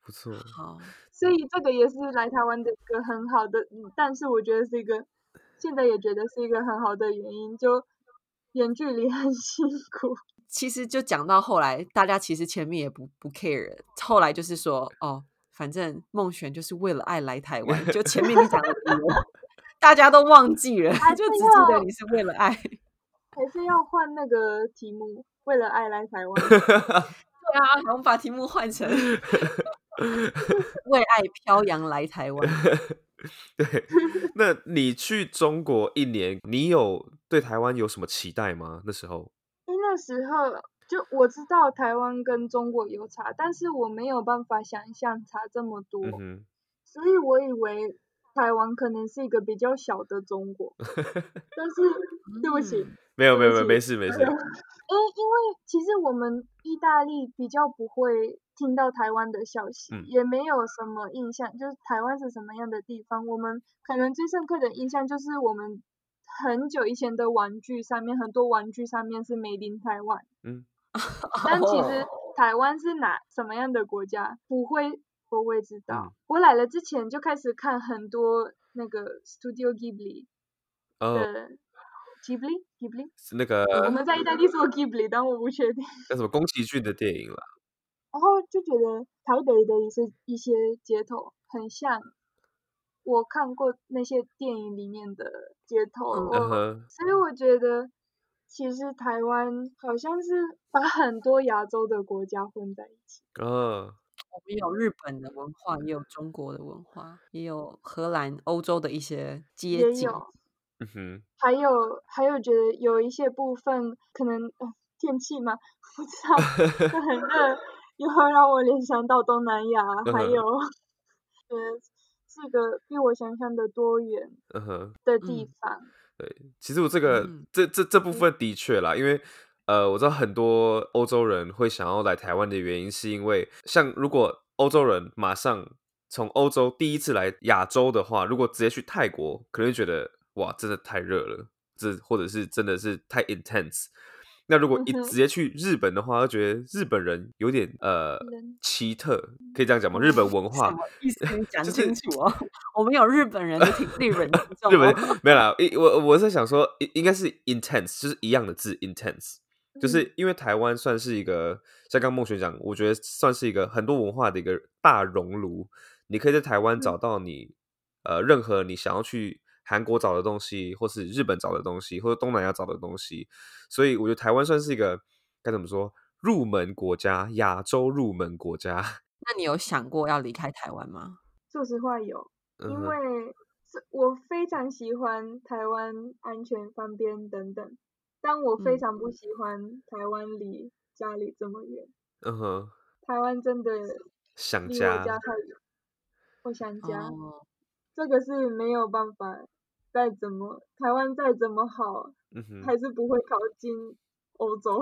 Speaker 1: 不错。
Speaker 2: 好，
Speaker 3: 所以这个也是来台湾的一个很好的，嗯但是我觉得是一个，现在也觉得是一个很好的原因，就远距离很辛苦。
Speaker 2: 其实就讲到后来，大家其实前面也不不 care，后来就是说，哦，反正梦璇就是为了爱来台湾，就前面你讲的理由，大家都忘记了，
Speaker 3: 还是
Speaker 2: 就只记得
Speaker 3: 要
Speaker 2: 你是为了爱。
Speaker 3: 还是要换那个题目，为了爱来台湾。
Speaker 2: 对啊，我们把题目换成为爱飘扬来台湾。
Speaker 1: 对，那你去中国一年，你有对台湾有什么期待吗？那时候？
Speaker 3: 因为那时候就我知道台湾跟中国有差，但是我没有办法想象差这么多，
Speaker 1: 嗯哼，
Speaker 3: 所以我以为台湾可能是一个比较小的中国，但是对不起，
Speaker 2: 嗯
Speaker 1: 没有没有没有，
Speaker 3: 对不起
Speaker 1: 没事没事。
Speaker 3: 因因为其实我们意大利比较不会听到台湾的消息，
Speaker 1: 嗯
Speaker 3: 也没有什么印象，就是台湾是什么样的地方。我们可能最深刻的印象就是我们很久以前的玩具上面，很多玩具上面是 Made in 台湾，
Speaker 1: 嗯，
Speaker 3: 但其实
Speaker 2: 哦
Speaker 3: 台湾是哪什么样的国家不会不会知道。
Speaker 1: 嗯
Speaker 3: 我来了之前就开始看很多那个 Studio Ghibli
Speaker 1: 哦，
Speaker 3: 的 Ghibli Ghibli，
Speaker 1: 是那个
Speaker 3: 我们在意大利说 Ghibli，但我不确定。
Speaker 1: 叫什么宫崎骏的电影啦。
Speaker 3: 然后就觉得台北的一些一些街头很像我看过那些电影里面的街头，
Speaker 2: 嗯
Speaker 3: 我
Speaker 1: 嗯哼，
Speaker 3: 所以我觉得其实台湾好像是把很多亚洲的国家混在一起。
Speaker 1: 哦，
Speaker 2: 我们有日本的文化，也有中国的文化，也有荷兰、欧洲的一些接近。
Speaker 3: 也有，
Speaker 1: 嗯哼，
Speaker 3: 还有还有觉得有一些部分可能、呃、天气嘛，不知道就很热，又让我联想到东南亚，
Speaker 1: 嗯哼
Speaker 3: 还有呃是一个比我想象的多元
Speaker 1: 嗯哼。
Speaker 3: 的地
Speaker 2: 嗯
Speaker 3: 方。
Speaker 1: 对，其实我这个、
Speaker 2: 嗯
Speaker 1: 这这这部分的确啦，因为呃，我知道很多欧洲人会想要来台湾的原因，是因为像如果欧洲人马上从欧洲第一次来亚洲的话，如果直接去泰国，可能会觉得哇，真的太热了，这或者是真的是太 intense。那如果一
Speaker 3: 嗯哼
Speaker 1: 直接去日本的话，就觉得日本人有点呃
Speaker 3: 人
Speaker 1: 奇特，可以这样讲吗？日本文
Speaker 2: 什
Speaker 1: 化
Speaker 2: 么意思？你讲
Speaker 1: 就是
Speaker 2: 清楚哦。我们有日本人的听日本听众
Speaker 1: 日本
Speaker 2: 哦。
Speaker 1: 没有啦，一我我是在想说，应应该是 intense，就是一样的字 intense，就
Speaker 3: 嗯
Speaker 1: 是因为台湾算是一个，像刚梦璇讲，我觉得算是一个很多文化的一个大熔炉，你可以在台湾找
Speaker 3: 嗯
Speaker 1: 到你呃任何你想要去韩国找的东西，或是日本找的东西，或者东南亚找的东西，所以我觉得台湾算是一个该怎么说入门国家，亚洲入门国家。
Speaker 2: 那你有想过要离开台湾吗？
Speaker 3: 说实话有，因
Speaker 1: 嗯哼，
Speaker 3: 为是我非常喜欢台湾安全方便等等，但我非
Speaker 2: 嗯
Speaker 3: 常不喜欢台湾离家里这么远。
Speaker 1: 嗯哼，
Speaker 3: 台湾真的离我
Speaker 1: 想家，
Speaker 3: 家太远，我想家，
Speaker 2: 哦，
Speaker 3: 这个是没有办法，再怎么台湾再怎么好，
Speaker 1: 嗯哼，
Speaker 3: 还是不会靠近欧洲。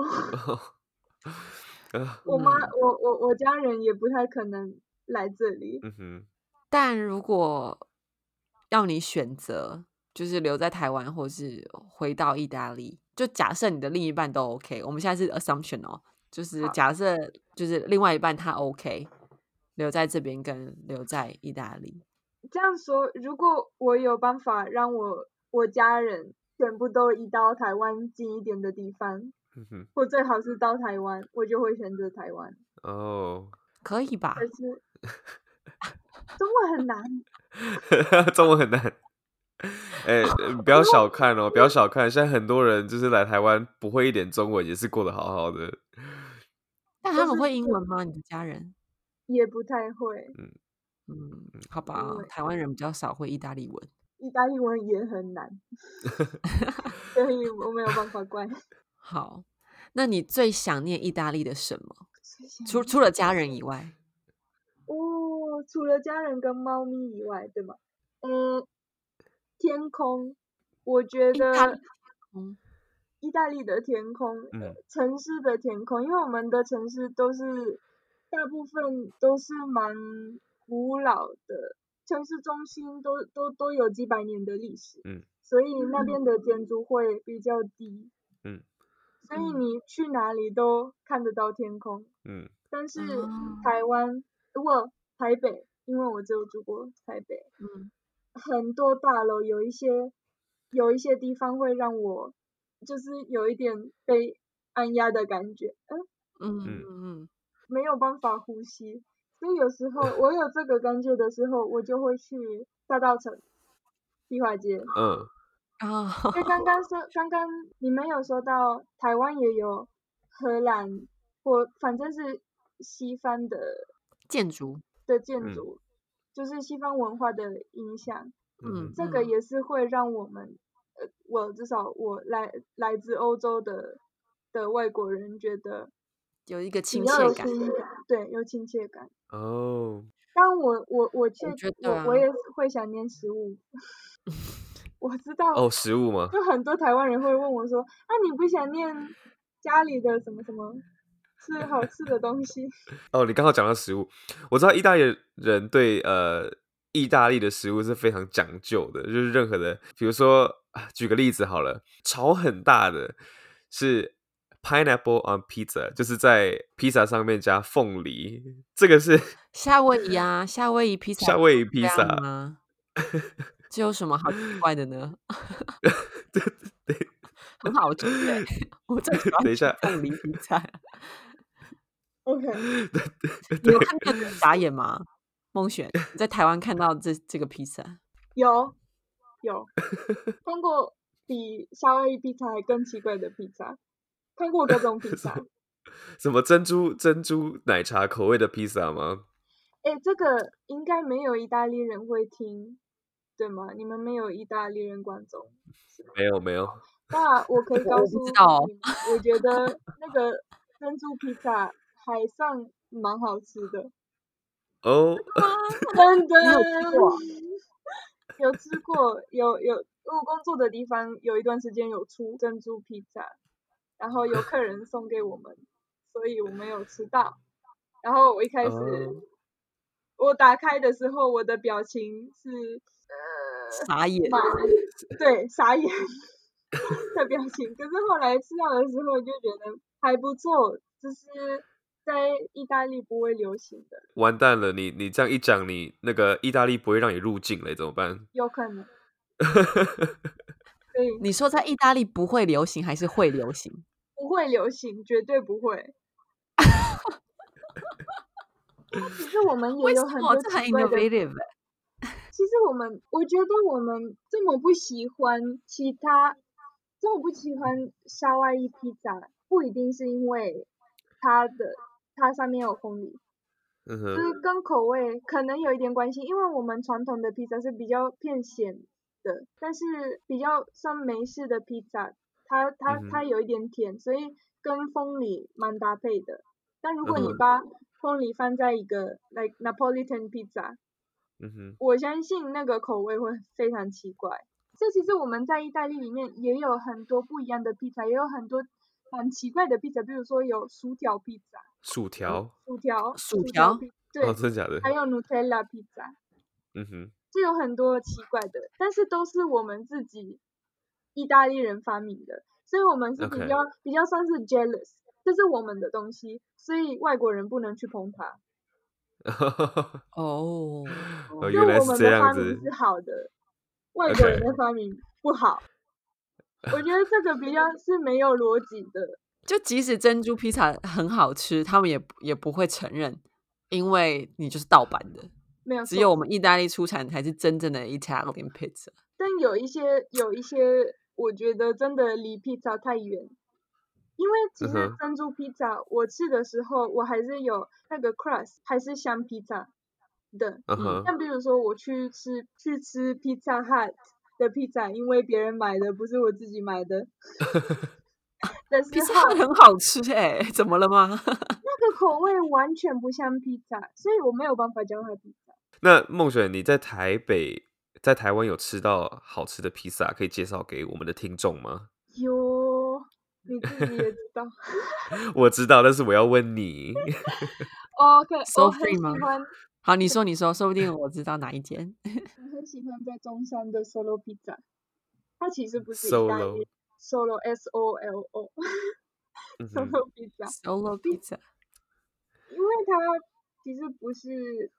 Speaker 1: 呃
Speaker 3: 我妈，
Speaker 2: 嗯，
Speaker 3: 我我我家人也不太可能来这里。
Speaker 1: 嗯哼，
Speaker 2: 但如果要你选择，就是留在台湾，或是回到意大利，就假设你的另一半都 OK，我们现在是 assumption 哦，就是
Speaker 3: 好
Speaker 2: 假设就是另外一半他 OK，留在这边跟留在意大利，
Speaker 3: 这样说，如果我有办法让我我家人全部都移到台湾近一点的地方，
Speaker 1: 嗯哼，
Speaker 3: 或最好是到台湾，我就会选择台湾。
Speaker 1: 哦。
Speaker 2: 可以吧
Speaker 3: 可？是中文很难，
Speaker 1: 中文很难。哎、呃不要小看哦，不要小看，现在很多人就是来台湾不会一点中文，也是过得好好的。
Speaker 2: 但他们会英文吗？你的家人？
Speaker 3: 也不太会。
Speaker 1: 嗯，
Speaker 2: 嗯，好吧
Speaker 3: 因为，
Speaker 2: 台湾人比较少会意大利文。
Speaker 3: 意大利文也很难，所以我没有办法怪。
Speaker 2: 好，那你最想念意大利的什么？除
Speaker 3: 除
Speaker 2: 除了家人以外，
Speaker 3: 哦，除了家人跟猫咪以外，对吗？呃，天空，我觉
Speaker 2: 意大利
Speaker 3: 得
Speaker 2: 嗯
Speaker 3: 意大利的天空，呃
Speaker 1: 嗯
Speaker 3: 城市的天空，因为我们的城市都是大部分都是蛮古老的，城市中心都都都有几百年的历史，
Speaker 1: 嗯
Speaker 3: 所以那边的建筑会比较低，
Speaker 1: 嗯
Speaker 3: 所以
Speaker 2: 嗯
Speaker 3: 你去哪里都看得到天空。
Speaker 1: 嗯
Speaker 3: 但是
Speaker 2: 哦
Speaker 3: 台湾，如果台北，因为我只有住过台北，
Speaker 2: 嗯，
Speaker 3: 很多大楼有一些有一些地方会让我就是有一点被按压的感觉，嗯
Speaker 2: 嗯嗯嗯，
Speaker 3: 没有办法呼吸，所以有时候我有这个感觉的时候，我就会去大稻埕、迪化街。
Speaker 1: 嗯
Speaker 2: 啊，
Speaker 3: 因为刚刚说，刚刚你们有说到台湾也有荷兰或反正是西方的
Speaker 2: 建筑，
Speaker 3: 的建筑，就是西方文化的影响，
Speaker 2: 嗯，
Speaker 3: 这个也是会让我们，呃，我至少我来来自欧洲的的外国人觉得
Speaker 2: 有一个亲
Speaker 3: 比较有
Speaker 2: 切感。
Speaker 3: 亲感，对，有亲切感。
Speaker 1: 哦，
Speaker 3: 当我我我确
Speaker 2: 我觉得啊
Speaker 3: 我我也会想念食物，我知道，
Speaker 1: 哦，食物吗？
Speaker 3: 就很多台湾人会问我说，啊，你不想念家里的什么什么吃好吃的东西？
Speaker 1: 哦，你刚好讲到食物，我知道意大利人对呃意大利的食物是非常讲究的，就是任何的，比如说啊举个例子好了，炒很大的是 pineapple on pizza，就是在披萨上面加凤梨，这个是
Speaker 2: 夏威夷啊，夏威夷披萨
Speaker 1: 夏威夷
Speaker 2: 不是这样
Speaker 1: 披萨，
Speaker 2: 吗？这有什么好奇怪的呢？
Speaker 1: 对对
Speaker 2: 很好吃哎、我最喜欢吃
Speaker 1: 等一下
Speaker 2: 凤梨披萨。
Speaker 3: OK，
Speaker 2: 你有看到这个傻眼吗？梦璇，你在台湾看到这这个披萨，
Speaker 3: 有有看过比夏威夷披萨还更奇怪的披萨，看过各种披萨。
Speaker 1: 什么珍珠珍珠奶茶口味的披萨吗？
Speaker 3: 哎，这个应该没有意大利人会听，对吗？你们没有意大利人观众，
Speaker 1: 没有没有，
Speaker 3: 那我可以
Speaker 2: 我我不
Speaker 3: 告诉
Speaker 2: 知道哦
Speaker 3: 你们，我觉得那个珍珠披萨还算蛮好吃的，
Speaker 1: 哦，
Speaker 3: 真的。
Speaker 2: 你有吃过？
Speaker 3: 有吃过，有有，我工作的地方有一段时间有出珍珠披萨，然后有客人送给我们，所以我没有吃到。然后我一开始、
Speaker 1: 哦
Speaker 3: 我打开的时候，我的表情是呃
Speaker 2: 傻眼，
Speaker 3: 蛮对傻眼的表情，可是后来吃到的时候就觉得还不错，就是在意大利不会流行的，
Speaker 1: 完蛋了，你你这样一讲，你那个意大利不会让你入境了，怎么办？
Speaker 3: 有可能。所以
Speaker 2: 你说在意大利不会流行还是会流行？
Speaker 3: 不会流行，绝对不会。其实我们也
Speaker 2: 为什
Speaker 3: 有很多
Speaker 2: 么这很
Speaker 3: 奇怪的。
Speaker 2: innovative？欸
Speaker 3: 其实我们，我觉得我们这么不喜欢其他，这么不喜欢夏威夷披萨，不一定是因为它的它上面有凤梨，
Speaker 1: 嗯哼，
Speaker 3: 就是跟口味可能有一点关系，因为我们传统的披萨是比较偏咸的，但是比较像美式的披萨，它它
Speaker 1: 嗯哼
Speaker 3: 它有一点甜，所以跟凤梨蛮搭配的。但如果
Speaker 1: 嗯哼
Speaker 3: 你把凤梨放在一个 like Napolitan pizza，
Speaker 1: 嗯哼，
Speaker 3: 我相信那个口味会非常奇怪。这其实我们在意大利里面也有很多不一样的披萨，也有很多很奇怪的披萨，比如说有薯条披萨，
Speaker 1: 薯条
Speaker 3: 薯条
Speaker 2: 薯条
Speaker 3: 披，
Speaker 1: 哦，
Speaker 3: 对，
Speaker 1: 真的假的？
Speaker 3: 还有 Nutella 披萨，
Speaker 1: 嗯哼，
Speaker 3: 就有很多奇怪的，但是都是我们自己意大利人发明的，所以我们是比
Speaker 1: OK
Speaker 3: 较比较算是 jealous，这是我们的东西，所以外国人不能去碰它。
Speaker 2: 哦，
Speaker 1: 哦，
Speaker 3: 就
Speaker 1: 原来是这
Speaker 3: 我们的发
Speaker 1: 样子。
Speaker 3: 明是好的，外国人的发明不好。我觉得这个比较是没有逻辑的。
Speaker 2: 就即使珍珠披萨很好吃，他们也也不会承认，因为你就是盗版的。
Speaker 3: 没有错，
Speaker 2: 只有我们意大利出产才是真正的 Italian pizza。
Speaker 3: 但有一些有一些，我觉得真的离披萨太远。因为其实
Speaker 1: 嗯哼
Speaker 3: 珍珠披萨我吃的时候，我还是有那个 crust，还是像披萨的。
Speaker 1: 嗯哼，
Speaker 3: 像比如说我去吃去吃 Pizza Hut 的披萨，因为别人买的，不是我自己买的的时
Speaker 2: 披萨
Speaker 3: 候，
Speaker 2: 很好吃哎、欸，怎么了吗？
Speaker 3: 那个口味完全不像披萨，所以我没有办法叫它披萨。
Speaker 1: 那梦璇，你在台北，在台湾有吃到好吃的披萨，可以介绍给我们的听众吗？
Speaker 3: 有，你自己也知道。
Speaker 1: 我知道，但是我要问你。
Speaker 3: OK，
Speaker 2: So
Speaker 3: 我很
Speaker 2: free
Speaker 3: 喜
Speaker 2: 吗？
Speaker 3: 欢，
Speaker 2: 好，你说你说，说不定我知道哪一间。
Speaker 3: 我很喜欢在中山的 Solo Pizza，它其实不是意大
Speaker 1: Solo，
Speaker 3: 利 ，Solo S O L O
Speaker 1: 嗯哼，
Speaker 3: Solo Pizza，
Speaker 2: Solo pizza，
Speaker 3: 因为它其实不是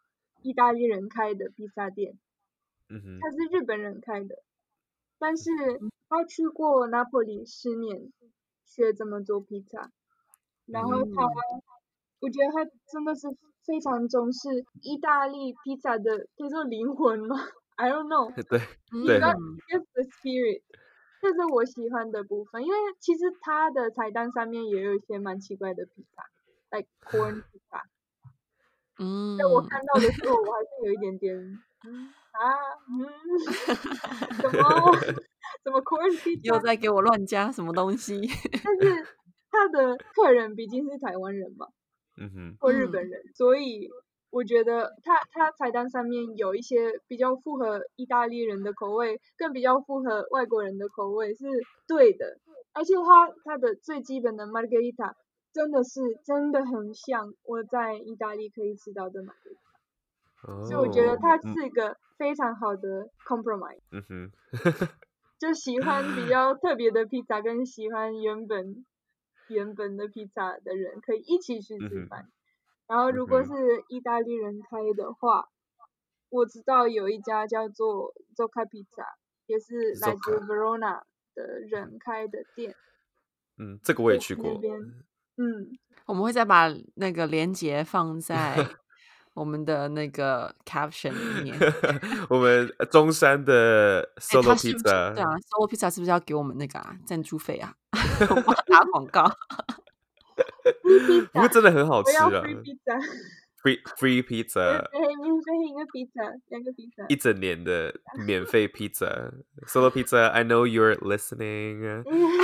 Speaker 3: 意大利人开的披萨店，
Speaker 1: 嗯哼，
Speaker 3: 他是日本人开的，但是他去过拿坡里十年，学怎么做披萨，然后他，
Speaker 2: 嗯
Speaker 3: 我觉得他真的是非常重视意大利披萨的，可以说灵魂吗？I don't know，
Speaker 1: 对
Speaker 3: he
Speaker 1: 对，
Speaker 3: got just the spirit，这是我喜欢的部分，因为其实他的菜单上面也有一些蛮奇怪的披萨，like corn 披萨。
Speaker 2: 嗯，
Speaker 3: 在我看到的时候，我还是有一点点，嗯啊，嗯，怎么怎么 corn 披萨？
Speaker 2: 又在给我乱加什么东西？
Speaker 3: 但是他的客人毕竟是台湾人嘛，
Speaker 1: 嗯哼，
Speaker 3: 或日本人，所以我觉得他他菜单上面有一些比较符合意大利人的口味，更比较符合外国人的口味是对的，而且他他的最基本的 margherita 真的是真的很像我在意大利可以吃到的 margherita，所以我觉得
Speaker 1: 哦，
Speaker 3: 它是一个非常好的 compromise，
Speaker 1: 嗯哼，
Speaker 3: 就喜欢比较特别的披萨跟喜欢原本原本的披萨的人可以一起去吃饭。然后如果是意大利人开的话，我知道有一家叫做 Zocca Pizza， 也是来自 Verona 的人开的店。
Speaker 1: 嗯，这个我也去过。
Speaker 3: 那边，嗯，
Speaker 2: 我们会再把那个连结放在我们的那个 caption 里面。
Speaker 1: 我们中山的
Speaker 2: 哎，
Speaker 1: Solo
Speaker 2: 他是不是对
Speaker 1: Pizza，
Speaker 2: 啊？Solo Pizza 是不是要给我们那个啊赞助费啊？我们帮他打广告。
Speaker 3: Free
Speaker 1: 不过
Speaker 3: pizza，
Speaker 1: 真的很好
Speaker 3: 我要
Speaker 1: 吃啊
Speaker 3: free pizza，
Speaker 1: ，free free pizza，
Speaker 3: 免费免费一个 pizza， 两个 pizza，
Speaker 1: 一整年的免费 pizza，Solo Pizza，I know you're listening 。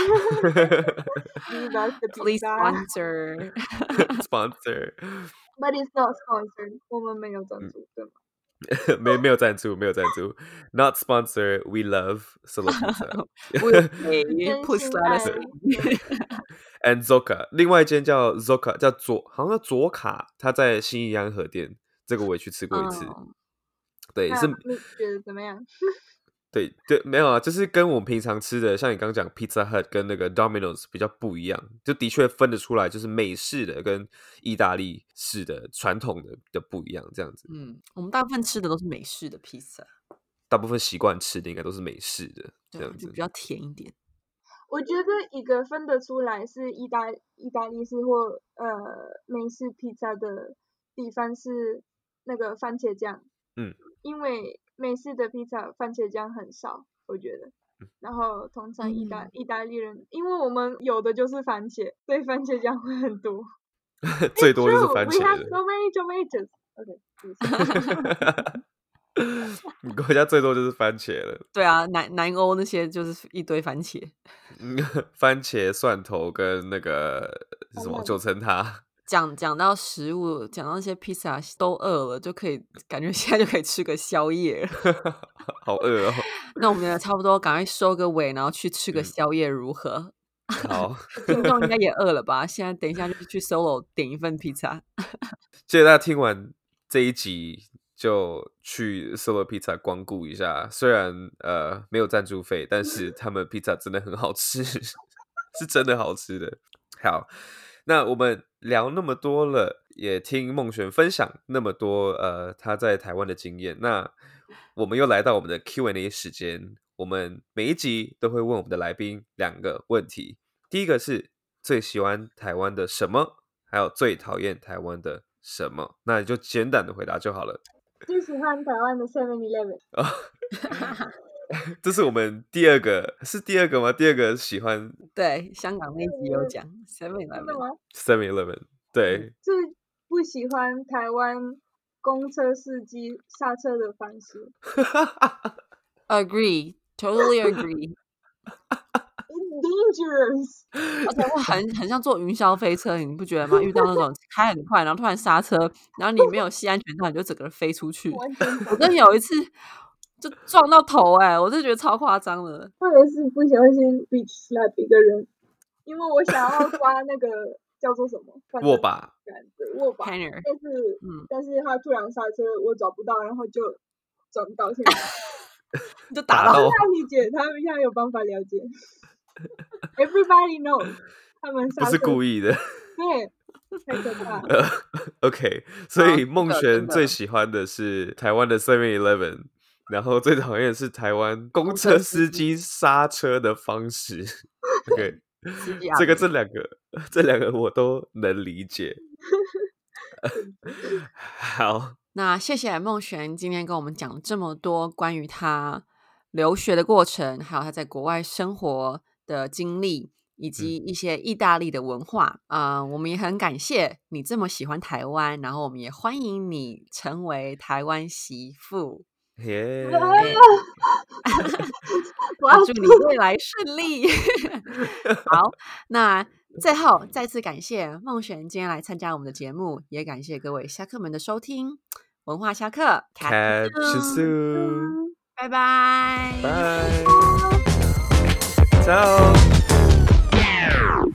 Speaker 3: Give us the
Speaker 2: Please
Speaker 3: pizza，
Speaker 2: sponsor.
Speaker 1: sponsor，
Speaker 3: but it's not sponsored， 我们没有赞助，对吗？
Speaker 1: 没没有赞助，没有赞助 ，Not sponsor. We love Solo Pizza
Speaker 2: We'll pay.
Speaker 3: 真
Speaker 2: Please
Speaker 3: 心
Speaker 2: let
Speaker 3: 爱
Speaker 2: us
Speaker 3: 对
Speaker 1: and Zocca。另外一间叫 Zocca，叫左，好像叫左卡，它在新义安和店，这个我也去吃过一次。
Speaker 2: 哦
Speaker 1: 对，
Speaker 3: 那
Speaker 1: 是，
Speaker 3: 你觉得怎么样？
Speaker 1: 对对，没有啊，就是跟我们平常吃的，像你刚刚讲 Pizza Hut 跟那个 Domino's 比较不一样，就的确分得出来，就是美式的跟意大利式的传统的的不一样，这样子。
Speaker 2: 嗯，我们大部分吃的都是美式的披萨，
Speaker 1: 大部分习惯吃的应该都是美式的，这
Speaker 2: 对，
Speaker 1: 样子
Speaker 2: 就比。较甜一点。
Speaker 3: 我觉得一个分得出来是意大意大利式或呃美式披萨的地方是那个番茄酱，
Speaker 1: 嗯，
Speaker 3: 因为美式的披萨番茄酱很少，我觉得。然后通常意大、
Speaker 2: 嗯
Speaker 3: 意大利人，因为我们有的就是番茄，所以番茄酱会很多。
Speaker 1: 最多就是
Speaker 3: True,
Speaker 1: 番
Speaker 3: we
Speaker 1: 茄
Speaker 3: have
Speaker 1: 的。
Speaker 3: so many tomatoes. OK，
Speaker 1: 你国家最多就是番茄了，
Speaker 2: 对啊，南南欧那些就是一堆番茄。
Speaker 1: 嗯番茄、蒜头跟那个是什么
Speaker 3: 番茄
Speaker 1: 九层塔。
Speaker 2: 讲讲到食物，讲到那些披萨，都饿了，就可以感觉现在就可以吃个宵夜了。
Speaker 1: 好饿哦。
Speaker 2: 那我们也差不多赶快收个尾，然后去吃个
Speaker 1: 嗯
Speaker 2: 宵夜如何？
Speaker 1: 好，
Speaker 2: 听众应该也饿了吧？现在等一下就去 Solo 点一份披萨。
Speaker 1: 谢谢大家听完这一集就去 Solo Pizza 光顾一下，虽然呃没有赞助费，但是他们披萨真的很好吃，是真的好吃的。好，那我们聊那么多了，也听孟璇分享那么多呃他在台湾的经验，那我们又来到我们的 Q and A 时间。我们每一集都会问我们的来宾两个问题，第一个是最喜欢台湾的什么，还有最讨厌台湾的什么，那你就简短的回答就好了。
Speaker 3: 最喜欢台湾的 seven eleven。
Speaker 1: 这是我们第二个，是第二个吗？第二个喜欢
Speaker 2: 对，香港那集有讲 Seven
Speaker 3: 真的
Speaker 2: Eleven。
Speaker 3: 吗？
Speaker 1: seven eleven， 对，
Speaker 3: 最不喜欢台湾公车司机刹车的方式。
Speaker 2: Agree, totally agree.
Speaker 3: It's dangerous。
Speaker 2: 而且会很很像坐云霄飞车，你不觉得吗？遇到那种开很快，然后突然刹车，然后你没有系安全套，你就整个人飞出去。
Speaker 3: 完全
Speaker 2: 我真的有一次就撞到头、欸，哎，我就觉得超夸张的。
Speaker 3: 或者是不小心 beach slap 一个人，因为我想要抓那个叫做什么
Speaker 1: 握把，
Speaker 3: 对，握把，
Speaker 2: Panner，
Speaker 3: 但是、
Speaker 2: 嗯、
Speaker 3: 但是他突然刹车，我找不到，然后就转到现在。
Speaker 2: 就打到。
Speaker 3: 他理解，他们现在有办法了解。Everybody knows， 他们刹车
Speaker 1: 不是故意的。
Speaker 3: 对， 太可怕了。
Speaker 1: 呃 OK， 所以孟
Speaker 2: 真的
Speaker 1: 璇
Speaker 2: 真的
Speaker 1: 最喜欢的是台湾的 seven eleven， 然后最讨厌的是台湾公
Speaker 2: 公
Speaker 1: 车
Speaker 2: 车司
Speaker 1: 司机刹车的方式。OK，
Speaker 2: 司机
Speaker 1: 这个
Speaker 2: 阿伯
Speaker 1: 这两个这两个我都能理解。好，
Speaker 2: 那谢谢孟璇今天跟我们讲了这么多关于他留学的过程，还有他在国外生活的经历，以及一些意大利的文化啊、呃我们也很感谢你这么喜欢台湾，然后我们也欢迎你成为台湾媳妇。
Speaker 1: 耶、
Speaker 2: 对
Speaker 3: 我要
Speaker 2: 那祝你未来顺利。好，那最后再次感谢孟璇今天来参加我们的节目，也感谢各位侠客们的收听。文化侠客
Speaker 1: Catch you soon，
Speaker 2: 拜拜。
Speaker 1: 拜，ciao。